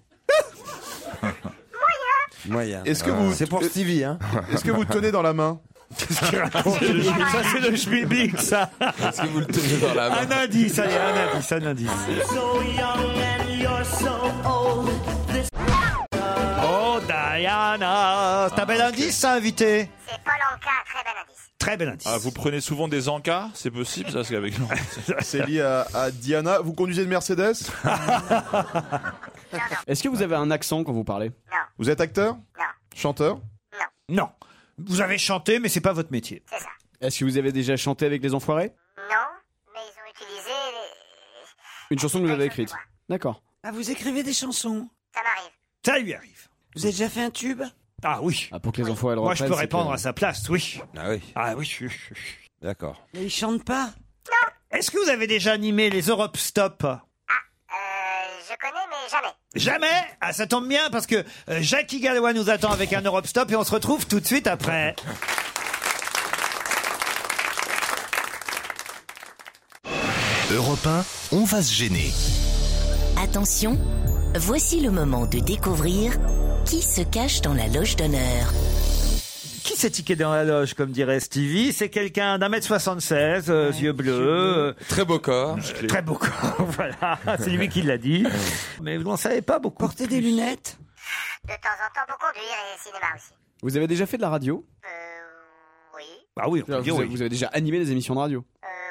Moyen. Est-ce que vous... C'est pour Stevie, hein. Est-ce que vous tenez dans la main? Ça, c'est le schmilblick, ça. Est-ce que vous le tenez dans la main? Un indice, allez, un indice. Oh, Diana. C'est un bel indice, ça, invité. C'est Paul Anka, très bel indice. Très bel indice. Ah, vous prenez souvent des encas? C'est possible, ça? Parce qu'avec C'est lié à Diana. Vous conduisez une Mercedes? Est-ce que vous avez un accent quand vous parlez? Vous êtes acteur? Non. Chanteur? Non. Vous avez chanté, mais c'est pas votre métier. C'est ça. Est-ce que vous avez déjà chanté avec les Enfoirés? Non, mais ils ont utilisé Une chanson que vous avez écrite. D'accord. Ah, vous écrivez des chansons? Ça m'arrive. Ça lui arrive. Vous avez déjà fait un tube? Ah oui. Ah, pour que les Enfoirés le Moi, je reprennent, peux c'est répondre que- à sa place, oui. Ah oui. Ah oui. D'accord. Mais ils chantent pas. Est-ce que vous avez déjà animé les Europe Stop? Je connais, mais jamais. Jamais. Ah, ça tombe bien parce que Jackie Gallois nous attend avec un Europe Stop et on se retrouve tout de suite après. Europe 1, on va se gêner. Attention, voici le moment de découvrir qui se cache dans la loge d'honneur. Qui s'est tiqué dans la loge, comme dirait Stevie? C'est quelqu'un d'1m76, yeux bleus. Très beau corps. Très beau corps, voilà. C'est lui qui l'a dit. Mais vous n'en savez pas beaucoup. Portez des lunettes? De temps en temps pour conduire et cinéma aussi. Vous avez déjà fait de la radio? Oui. Ah oui, on peut dire vous, oui. vous avez déjà animé des émissions de radio?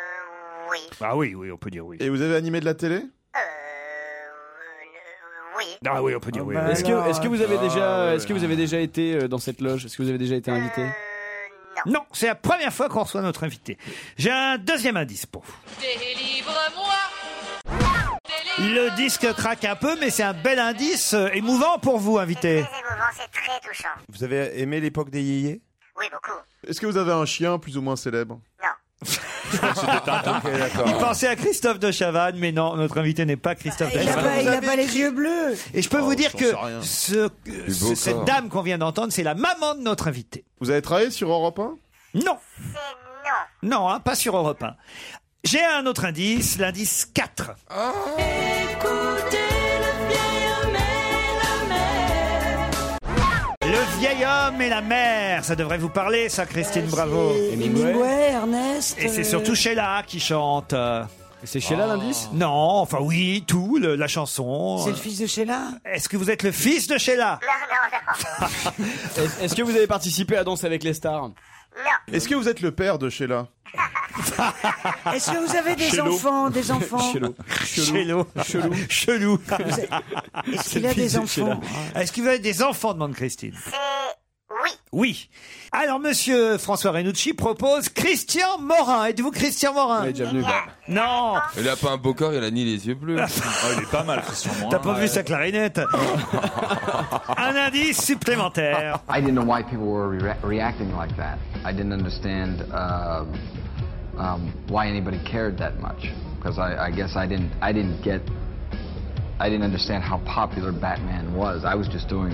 Oui. Ah oui, on peut dire oui. Et vous avez animé de la télé? Oui, Ah oui, on peut dire oui. Est-ce que vous avez déjà été dans cette loge? Est-ce que vous avez déjà été invité? Non, c'est la première fois qu'on reçoit notre invité. J'ai un deuxième indice pour vous. Délivre-moi. Le disque craque un peu, mais c'est un bel indice émouvant pour vous, invité. C'est émouvant, c'est très touchant. Vous avez aimé l'époque des yéyés? Oui, beaucoup. Est-ce que vous avez un chien plus ou moins célèbre? Ok, d'accord. Il pensait à Christophe de Chavannes, mais non, notre invité n'est pas Christophe de Chavannes. Il a pas les yeux bleus. Et je peux vous dire j'en que sais rien. cette dame qu'on vient d'entendre, c'est la maman de notre invité. Vous avez travaillé sur Europe 1? Non. C'est non. Non, hein, pas sur Europe 1. J'ai un autre indice, l'indice 4. Le vieil homme et la mère, ça devrait vous parler, ça, Christine Bravo. Hemingway, Ernest. Et c'est surtout Sheila qui chante. C'est Sheila l'indice? Non, enfin oui, tout, la chanson. C'est le fils de Sheila. Est-ce que vous êtes le fils de Sheila? Non, non, non. Est-ce que vous avez participé à Danse avec les stars? Non. Est-ce que vous êtes le père de Sheila? Est-ce que vous avez des Chelou. enfants? Des enfants? Chelou. Chelou. Est-ce qu'il a des enfants? Est-ce que vous avez des enfants, demande Christine. C'est oui. Oui. Alors, monsieur François Renucci propose Christian Morin. Êtes-vous Christian Morin? Il est déjà venu. Non. Il a pas un beau corps, il a ni les yeux bleus. Il est pas mal, Christian Morin. T'as pas vu sa clarinette? Un indice supplémentaire. I didn't know why people were reacting like that. I didn't understand why anybody cared that much. Because I guess I didn't understand how popular Batman was. I was just doing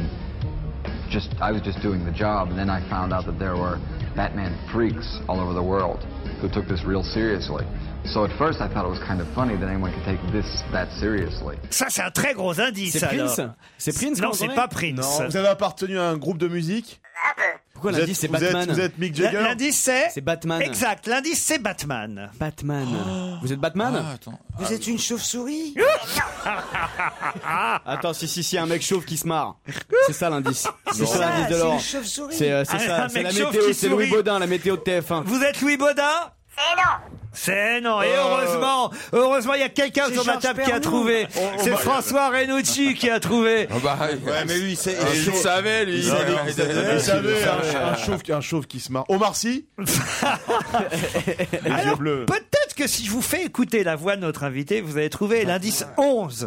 the job, and then I found out that there were Batman freaks all over the world who took this real seriously. So at first I thought it was kind of funny that anyone could take this that seriously. Ça, c'est un très gros indice. C'est Prince? Alors. C'est Prince? Non, qu'on c'est connaît? pas Prince. Non, vous avez appartenu à un groupe de musique? Un peu. Pourquoi Vous l'indice c'est êtes- vous Batman? êtes- vous êtes Mick Jagger? L'indice, c'est Batman. Exact. L'indice, c'est Batman. Batman. Vous êtes Batman? Attends. Vous êtes une chauve-souris? Attends, si, un mec chauve qui se marre. C'est ça l'indice. C'est ça ça, l'indice de c'est l'or. une chauve-souris. C'est Un ça, c'est mec la chauve météo, qui c'est Louis sourit. Baudin, la météo de TF1. Vous êtes Louis Baudin? C'est non. C'est non. Et heureusement, il y a quelqu'un C'est sur ma Georges table qui a Pernou. trouvé. C'est François Renucci qui a trouvé. Ouais, mais lui, Il savait, lui. Vous savez, un chauve qui se marre. Omar Sy? Les yeux Alors, bleus. peut-être que si je vous fais écouter la voix de notre invité, vous allez trouver l'indice 11.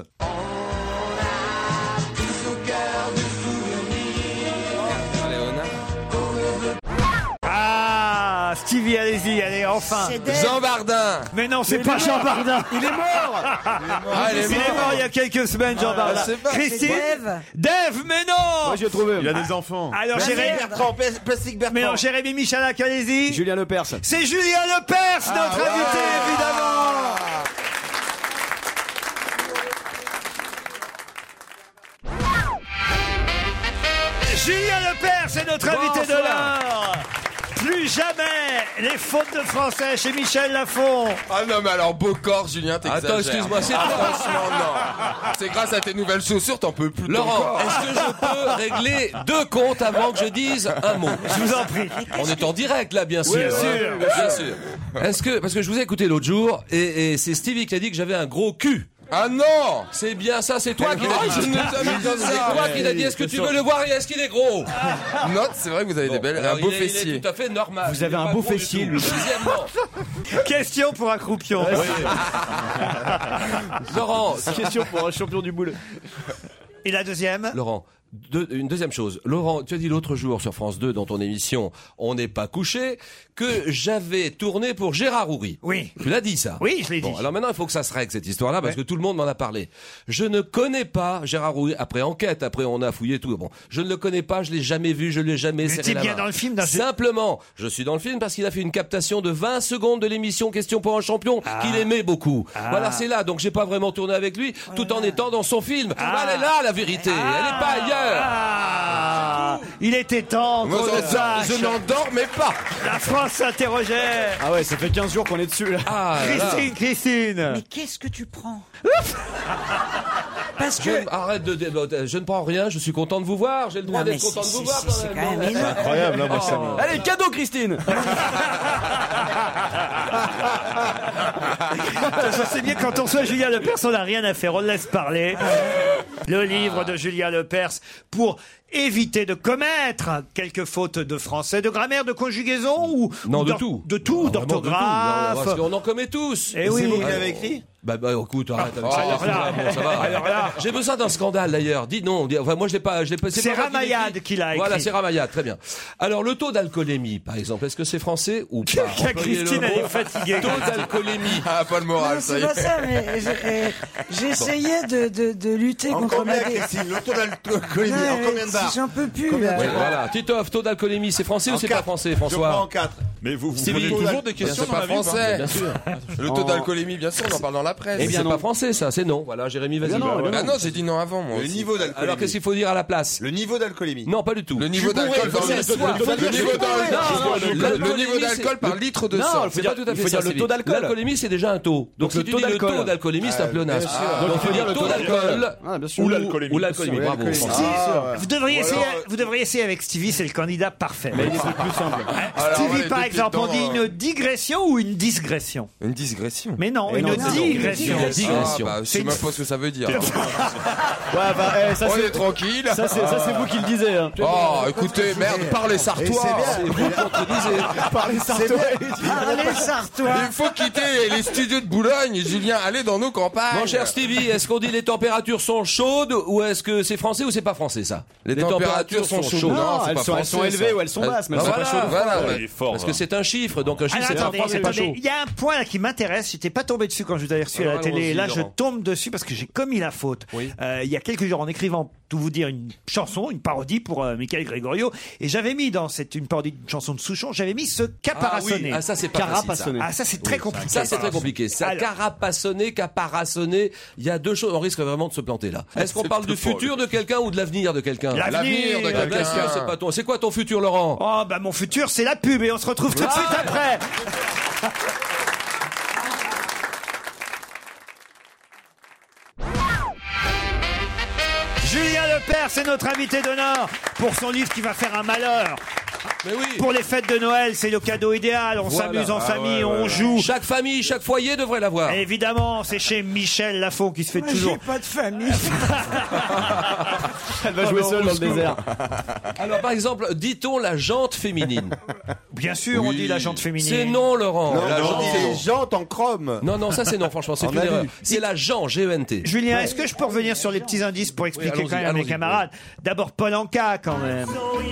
Ah, Stevie, allez, enfin. C'est Dave. Jean Bardin. Mais non, c'est pas Jean Bardin. Il est mort. Ah, Il est mort il y a quelques semaines, Jean Bardin. c'est pas- Christine, C'est Dave. Dave, mais non. Moi j'ai trouvé. Il a des enfants. Alors, Jérémy, Bertrand, Plastique Bertrand. mais non, Jérémy Michalak, allez-y. Julien Lepers. C'est Julien Lepers, notre invité, évidemment. Julien Lepers est notre invité de l'heure. Plus jamais les fautes de français chez Michel Lafon. Ah non, mais alors, beau corps, Julien, t'exagères. Attends, excuse-moi, c'est franchement, non. C'est grâce à tes nouvelles chaussures, t'en peux plus. de ton Laurent, corps. est-ce que je peux régler 2 comptes avant que je dise un mot? Je vous en prie. On est en direct là, bien sûr. Bien sûr, bien sûr. Est-ce que, parce que je vous ai écouté l'autre jour, et c'est Stevie qui a dit que j'avais un gros cul. Ah non! C'est bien ça, c'est toi qui l'as dit. je n'ai jamais dit ça. C'est toi qui l'as dit. Est-ce que tu veux le voir et est-ce qu'il est gros? Note, c'est vrai que vous avez des belles, Alors, un beau il est fessier. tout à fait normal. Vous avez un beau fessier, lui. Deuxièmement, Question pour un croupion. Laurent, Question pour un champion du boule. Et la deuxième? Laurent, une deuxième chose. Laurent, tu as dit l'autre jour sur France 2 dans ton émission On n'est pas couché que j'avais tourné pour Gérard Houry. Oui. Tu l'as dit ça? Oui, je l'ai dit. Bon, alors maintenant il faut que ça se règle cette histoire-là parce que tout le monde m'en a parlé. Je ne connais pas Gérard Houry. Après enquête, après on a fouillé tout. Bon, je ne le connais pas, je l'ai jamais vu, je l'ai jamais Mais serré t'es la bien main. dans le film, Simplement, je suis dans le film parce qu'il a fait une captation de 20 secondes de l'émission Question pour un champion qu'il aimait beaucoup. Voilà, c'est là. Donc j'ai pas vraiment tourné avec lui tout en étant dans son film. Elle est là la vérité. Elle n'est pas ailleurs. Il était temps Moi, qu'on le sache. je n'endormais pas. La France s'interrogeait. Ah ouais, ça fait 15 jours qu'on est dessus là. Ah, là. Christine. Mais qu'est-ce que tu prends? Parce que... Arrête je ne prends rien, je suis content de vous voir, j'ai le droit Non, d'être mais content de c'est- vous voir c'est- quand c'est même. quand même énorme. Incroyable, là, moi, ça me- Allez, cadeau Christine. Je sais bien quand on soit Julien Lepers, on n'a rien à faire, on le laisse parler. Le livre de Julien Lepers pour éviter de commettre quelques fautes de français, de grammaire, de conjugaison ou Non, de tout. De tout, d'orthographe. Parce qu'on en commet tous. Eh oui. C'est vous qui l'avez écrit? Bah écoute, arrête avec alors ça. là, Bon, ça va. alors là. J'ai besoin d'un scandale d'ailleurs. Dis non. Enfin, moi je l'ai pas. C'est pas moi Ramayad qui l'a écrit. Voilà, c'est Ramayad. Très bien. Alors le taux d'alcoolémie, par exemple, est-ce que c'est français ou pas? Christine, elle est fatiguée. Taux d'alcoolémie. Ah, pas le moral, Non, ça c'est y est. pas ça, mais j'essayais de lutter contre ma Christine, le taux d'alcoolémie, en combien de barres? J'en peux plus, là. Ouais, voilà. Titoff, taux d'alcoolémie, c'est français ou c'est pas français, Je prends François? en 4. Mais vous Stevie, posez toujours des questions C'est dans pas la vie, français. Bien sûr. Le taux d'alcoolémie, bien sûr, on en parle dans la presse. Eh bien, c'est pas français, ça. C'est non. Voilà, Jérémy, vas-y. Ah non, j'ai dit non avant, moi. Le aussi. niveau d'alcoolémie. Alors, qu'est-ce qu'il faut dire à la place? Le niveau d'alcoolémie. Non, pas du tout. Le niveau d'alcool dans le niveau d'alcool par litre de sang. C'est pas tout à fait ça. le taux d'alcool. L'alcoolémie, c'est déjà un taux. Donc, si le tu taux dis le d'alcool. taux d'alcoolémie, c'est un pléonasme. Donc, Donc, il faut dire le taux d'alcool Ou ou l'alcoolémie. Bravo. Vous devriez essayer avec Stevie, c'est le candidat parfait. Mais c'est plus simple. Stevie, par exemple, on dit une digression ou une digression? Une digression. Mais non, Eh une non, digression. Ah, bah, je sais même pas ce que ça veut dire. Ouais, bah, ça On c'est est tranquille. Ça c'est vous qui le disiez. Hein. Oh, écoutez, merde, parlez sartois. C'est vous qui contredisez. Parlez sartois. Parlez sartois. Il faut quitter les studios de Boulogne, Julien, allez dans nos campagnes. Mon cher Stevie, est-ce qu'on dit les températures sont chaudes ou est-ce que c'est français ou c'est pas français ça? Les températures sont chaudes. Non, c'est elles pas sont français, élevées ça. ou elles sont basses, mais elles sont pas Voilà, chaudes. Voilà, Il est fort. Parce que c'est un chiffre, donc un chiffre Alors, c'est pas attendez, froid, c'est pas attendez, chaud. il y a un point là qui m'intéresse. J'étais pas tombé dessus quand je vous avais reçu à Alors, la télé. allons-y, Là, je Laurent. tombe dessus parce que j'ai commis la faute. Oui. Il y a quelques jours, en écrivant, tout vous dire, une chanson, une parodie pour Michael Gregorio, et j'avais mis dans une parodie d'une chanson de Souchon, j'avais mis ce caparaçonné. Ah ça c'est pas facile, ça. Ah, ça c'est très compliqué. Ça c'est très compliqué. Ça Alors. carapassonné, caparaçonné, il y a deux choses, on risque vraiment de se planter là. Est-ce qu'on C'est parle du plus fort, futur de quelqu'un ou de l'avenir de quelqu'un? L'avenir de Ah, quelqu'un. bien sûr, c'est pas ton. C'est quoi ton futur, Laurent? Oh, bah mon futur, c'est la pub, et on se retrouve tout de suite après. Julien Lepers, c'est notre invité d'honneur pour son livre qui va faire un malheur. Mais oui. Pour les fêtes de Noël, c'est le cadeau idéal. On Voilà. s'amuse en Ah famille, on joue. Chaque famille, chaque foyer devrait l'avoir. Évidemment, c'est chez Michel Lafon qui se fait toujours. J'ai pas de famille. Elle va jouer seule dans le désert. Alors par exemple, dit-on la jante féminine? Bien sûr, on dit la jante féminine. C'est non, Laurent. Non, La on jante, dit c'est les non. jantes en chrome. Non, ça c'est non, franchement, c'est On une a erreur. vu. C'est la Jean, G-E-N-T. Julien, est-ce que je peux revenir sur les petits indices pour expliquer allons-y, quand même à mes allons-y. camarades? D'abord, Paul Anka, quand même.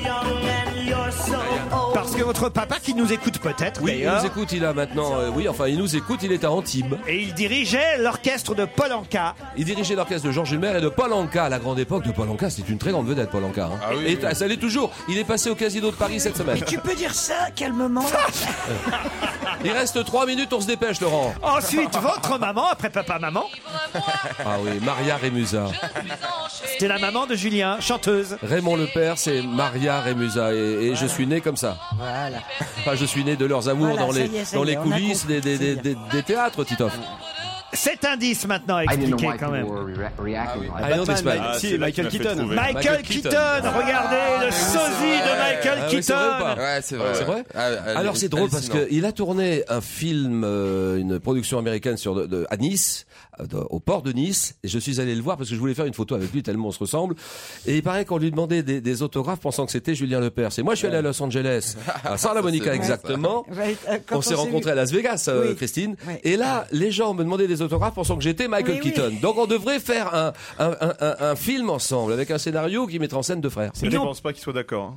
Parce que votre papa, qui nous écoute peut-être, Oui, il d'ailleurs, nous écoute, il a maintenant. Il nous écoute, il est à Antibes. et il dirigeait l'orchestre de Paul Anka. Il dirigeait l'orchestre de Georges Hulmer et de Paul Anka. À la grande époque de Paul Anka, c'était une très grande vedette, Paul Anka. Hein. Ah oui, Et oui. ça l'est toujours. Il est passé au Casino de Paris cette semaine. Mais tu peux dire ça calmement. Il reste 3 minutes, on se dépêche, Laurent. Ensuite, votre maman, après papa-maman, Ah oui, Maria Rémusa. c'était la maman de Julien, chanteuse. Raymond Lepers, c'est Maria Rémusa. Et je suis né comme ça. Voilà. Enfin, je suis né de leurs amours Voilà, dans ça les, y est, ça dans y les est, on a coulisses compris, des théâtres, Titoff. Cet indice maintenant à I didn't know expliquer why quand même. people were reacting like Ah, non, Batman, n'est-ce pas? Ah, si, c'est là Michael que tu m'as fait Keaton. trouver. Michael Keaton, regardez le sosie de Michael Ah oui, c'est vrai ou Keaton. pas? Ouais, c'est vrai. C'est vrai? Ah, Alors c'est drôle parce hallucinant. qu'il a tourné un film, une production américaine à Nice, au port de Nice, et je suis allé le voir parce que je voulais faire une photo avec lui tellement on se ressemble. Et il paraît qu'on lui demandait des autographes pensant que c'était Julien Lepers. Et moi je suis allé à Los Angeles, à Santa Monica C'est bon, ça. exactement. Quand On s'est rencontrés à Las Vegas, Oui. Christine. Oui. Et là, les gens me demandaient des autographes pensant que j'étais Michael Oui, oui. Keaton. Donc on devrait faire un film ensemble avec un scénario qui mettra en scène deux frères. Je ne pense pas qu'ils soient d'accord.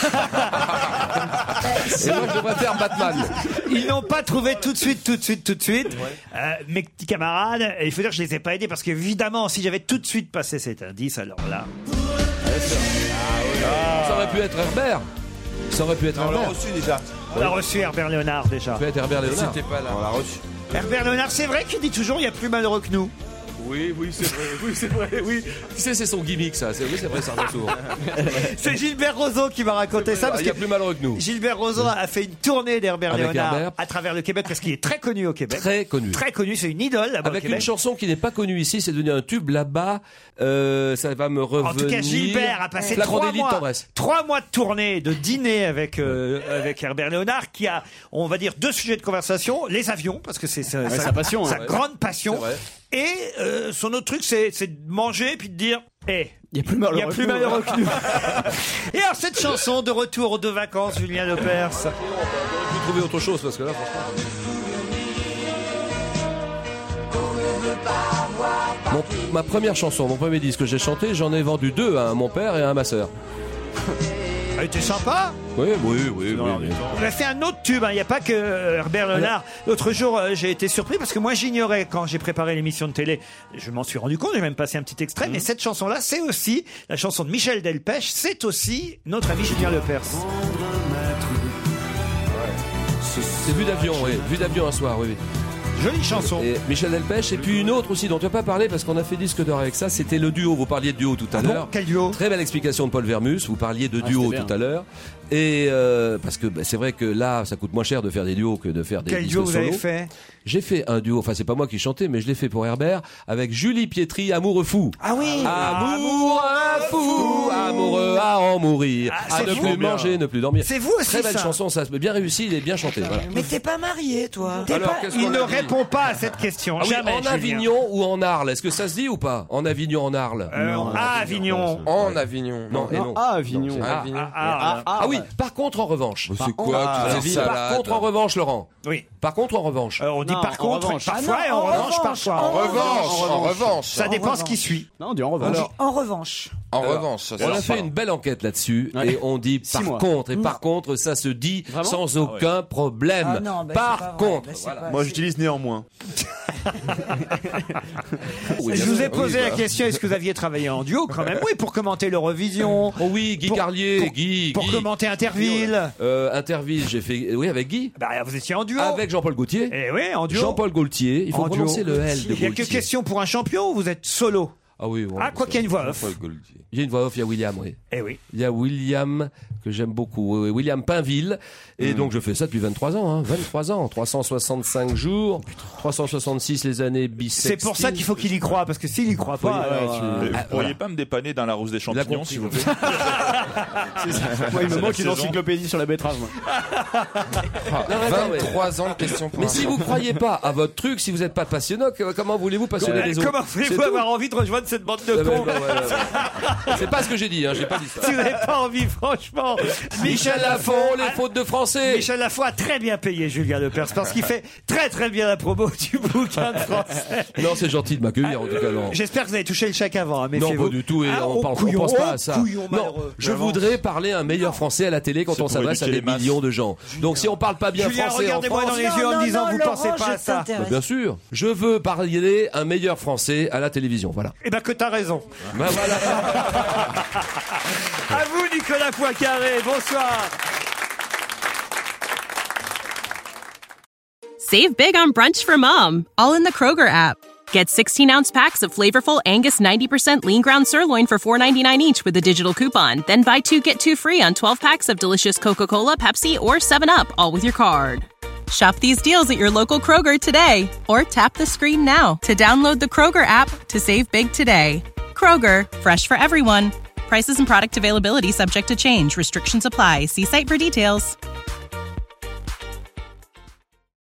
Et moi je devrais faire Batman. Ils n'ont pas trouvé tout de suite. Mes petits camarades, et il faut dire que je les ai pas aidés parce qu'évidemment, si j'avais tout de suite passé cet indice, alors là. Ça aurait pu être Herbert. Ça aurait pu être On l'a Herbert. reçu déjà. On a reçu Herbert Léonard déjà. Ça peut être Herbert Léonard. C'était pas là. On l'a reçu. Herbert Léonard, c'est vrai qu'il dit toujours il y a plus malheureux que nous. Oui, c'est vrai. Oui, c'est vrai. Oui. Tu sais, c'est son gimmick, ça. Oui, c'est vrai, ça revient souvent. C'est Gilbert Rozon qui m'a raconté ça parce Il y a que plus malheureux que nous. Gilbert Rozon a fait une tournée d'Herbert Avec Léonard Herbert. à travers le Québec parce qu'il est très connu au Québec. Très connu. Très connu, c'est une idole là-bas au Avec Québec. une chanson qui n'est pas connue ici, c'est devenu un tube là-bas. Ça va me revenir. En tout cas, Gilbert a passé La grande 3 élite mois, tendresse. 3 mois de tournée, de dîner avec Herbert Léonard, qui a, on va dire, 2 sujets de conversation. Les avions, parce que c'est sa passion, sa hein. grande passion. C'est vrai. Et son autre truc, c'est de manger et puis de dire Et il y a plus malheureux que nous. Et alors cette chanson de retour de vacances, Julien Lepers. On peut trouver autre chose parce que là, franchement. Ma première chanson, mon premier disque que j'ai chanté, j'en ai vendu 2, un à mon père et un à ma sœur. Elle était sympa. Oui. On a fait un autre tube, il n'y a pas que Herbert Léonard. L'autre jour, j'ai été surpris parce que moi j'ignorais quand j'ai préparé l'émission de télé. Je m'en suis rendu compte, j'ai même passé un petit extrait. Mais cette chanson-là, c'est aussi la chanson de Michel Delpech, c'est aussi notre ami Julien Lepers. C'est Vue d'avion, oui. Vue d'avion un soir, oui. Jolie chanson. Et Michel Delpech, et puis une autre aussi dont tu n'as pas parlé parce qu'on a fait disque d'or avec ça, c'était le duo. Vous parliez de duo tout à l'heure. Quel duo? Très belle explication de Paul Vermus, vous parliez de duo tout à l'heure. Et parce que c'est vrai que là, ça coûte moins cher de faire des duos que de faire des disques solos. Quel duo vous avez fait? J'ai fait un duo, enfin c'est pas moi qui chantais, mais je l'ai fait pour Herbert, avec Julie Pietri, Amoureux fou. Ah oui. Amoureux fou, amoureux à en mourir, à ne plus manger, ne plus dormir. C'est vous aussi. Très belle chanson, ça bien réussi, il est bien chanté. Voilà. Mais t'es pas marié, toi. Il ne répond pas à cette question. Ah oui, Jamais, en Avignon ou en Arles, est-ce que ça se dit ou pas? En Avignon, en Arles. À Avignon. En Avignon. Non, et non. À Avignon. Ah oui, par contre en revanche. C'est quoi Par contre en revanche, Laurent. Oui. Par contre en revanche. On dit par contre parfois et en revanche parfois. En revanche. Ça dépend ce qui suit. Non, on dit en revanche. En revanche. En revanche. On a fait une belle enquête là-dessus et on dit par contre. Et par contre, ça se dit sans aucun problème. Par contre. Moi, j'utilise néanmoins. Je vous ai posé la question, est-ce que vous aviez travaillé en duo quand même? Oui, pour commenter l'Eurovision. Oh oui, Guy Carlier, Guy. Pour commenter Interville. Interville, j'ai fait, oui, avec Guy. Bah, vous étiez en duo. Avec Jean-Paul Gaultier. Eh oui, en duo. Jean-Paul Gaultier, il faut prononcer le L de Gaultier. Il y a que question pour un champion ou vous êtes solo? Ah oui. Bon, quoi qu'il y ait une voix off. Il y a une voix off, il y a William, oui. Eh oui. Il y a William, que j'aime beaucoup, William Pinville. Et donc je fais ça depuis 23 ans, 23 ans, 365 jours, 366 les années bissextiles. C'est pour ça qu'il faut qu'il y croit, parce que s'il y croit pas... Vous pourriez pas me dépanner dans la rousse des champignons, s'il vous plaît? Il me manque une encyclopédie sur la betterave. 23 ans de questions pour Mais si vous croyez pas à votre truc, si vous n'êtes pas passionnant, comment voulez-vous passionner les autres? Comment voulez-vous avoir envie de rejoindre cette bande de cons? C'est pas ce que j'ai dit, j'ai pas dit ça. Si vous n'avez pas envie, franchement. Michel Lafon, les fautes de français. Michel Lafon a très bien payé Julien Lepers parce qu'il fait très très bien la promo du bouquin de français. Non, c'est gentil de m'accueillir en tout cas. J'espère que vous avez touché le chèque avant. Non, pas du tout. Et on pense pas à ça. Non, je voudrais parler un meilleur français à la télé quand on s'adresse à des millions de gens. Donc si on parle pas bien français en France, regardez-moi dans les yeux en me disant vous pensez pas à ça. Bien sûr, je veux parler un meilleur français à la télévision. Voilà. Eh ben que t'as raison. Ben voilà. À vous Nicolas Poincaré, bonsoir. Save big on brunch for mom, all in the Kroger app. Get 16-ounce packs of flavorful Angus 90% lean ground sirloin for $4.99 each with a digital coupon. Then buy 2, get 2 free on 12 packs of delicious Coca-Cola, Pepsi, or 7-Up, all with your card. Shop these deals at your local Kroger today, or tap the screen now to download the Kroger app to save big today. Kroger, fresh for everyone. Prices and product availability subject to change. Restrictions apply. See site for details.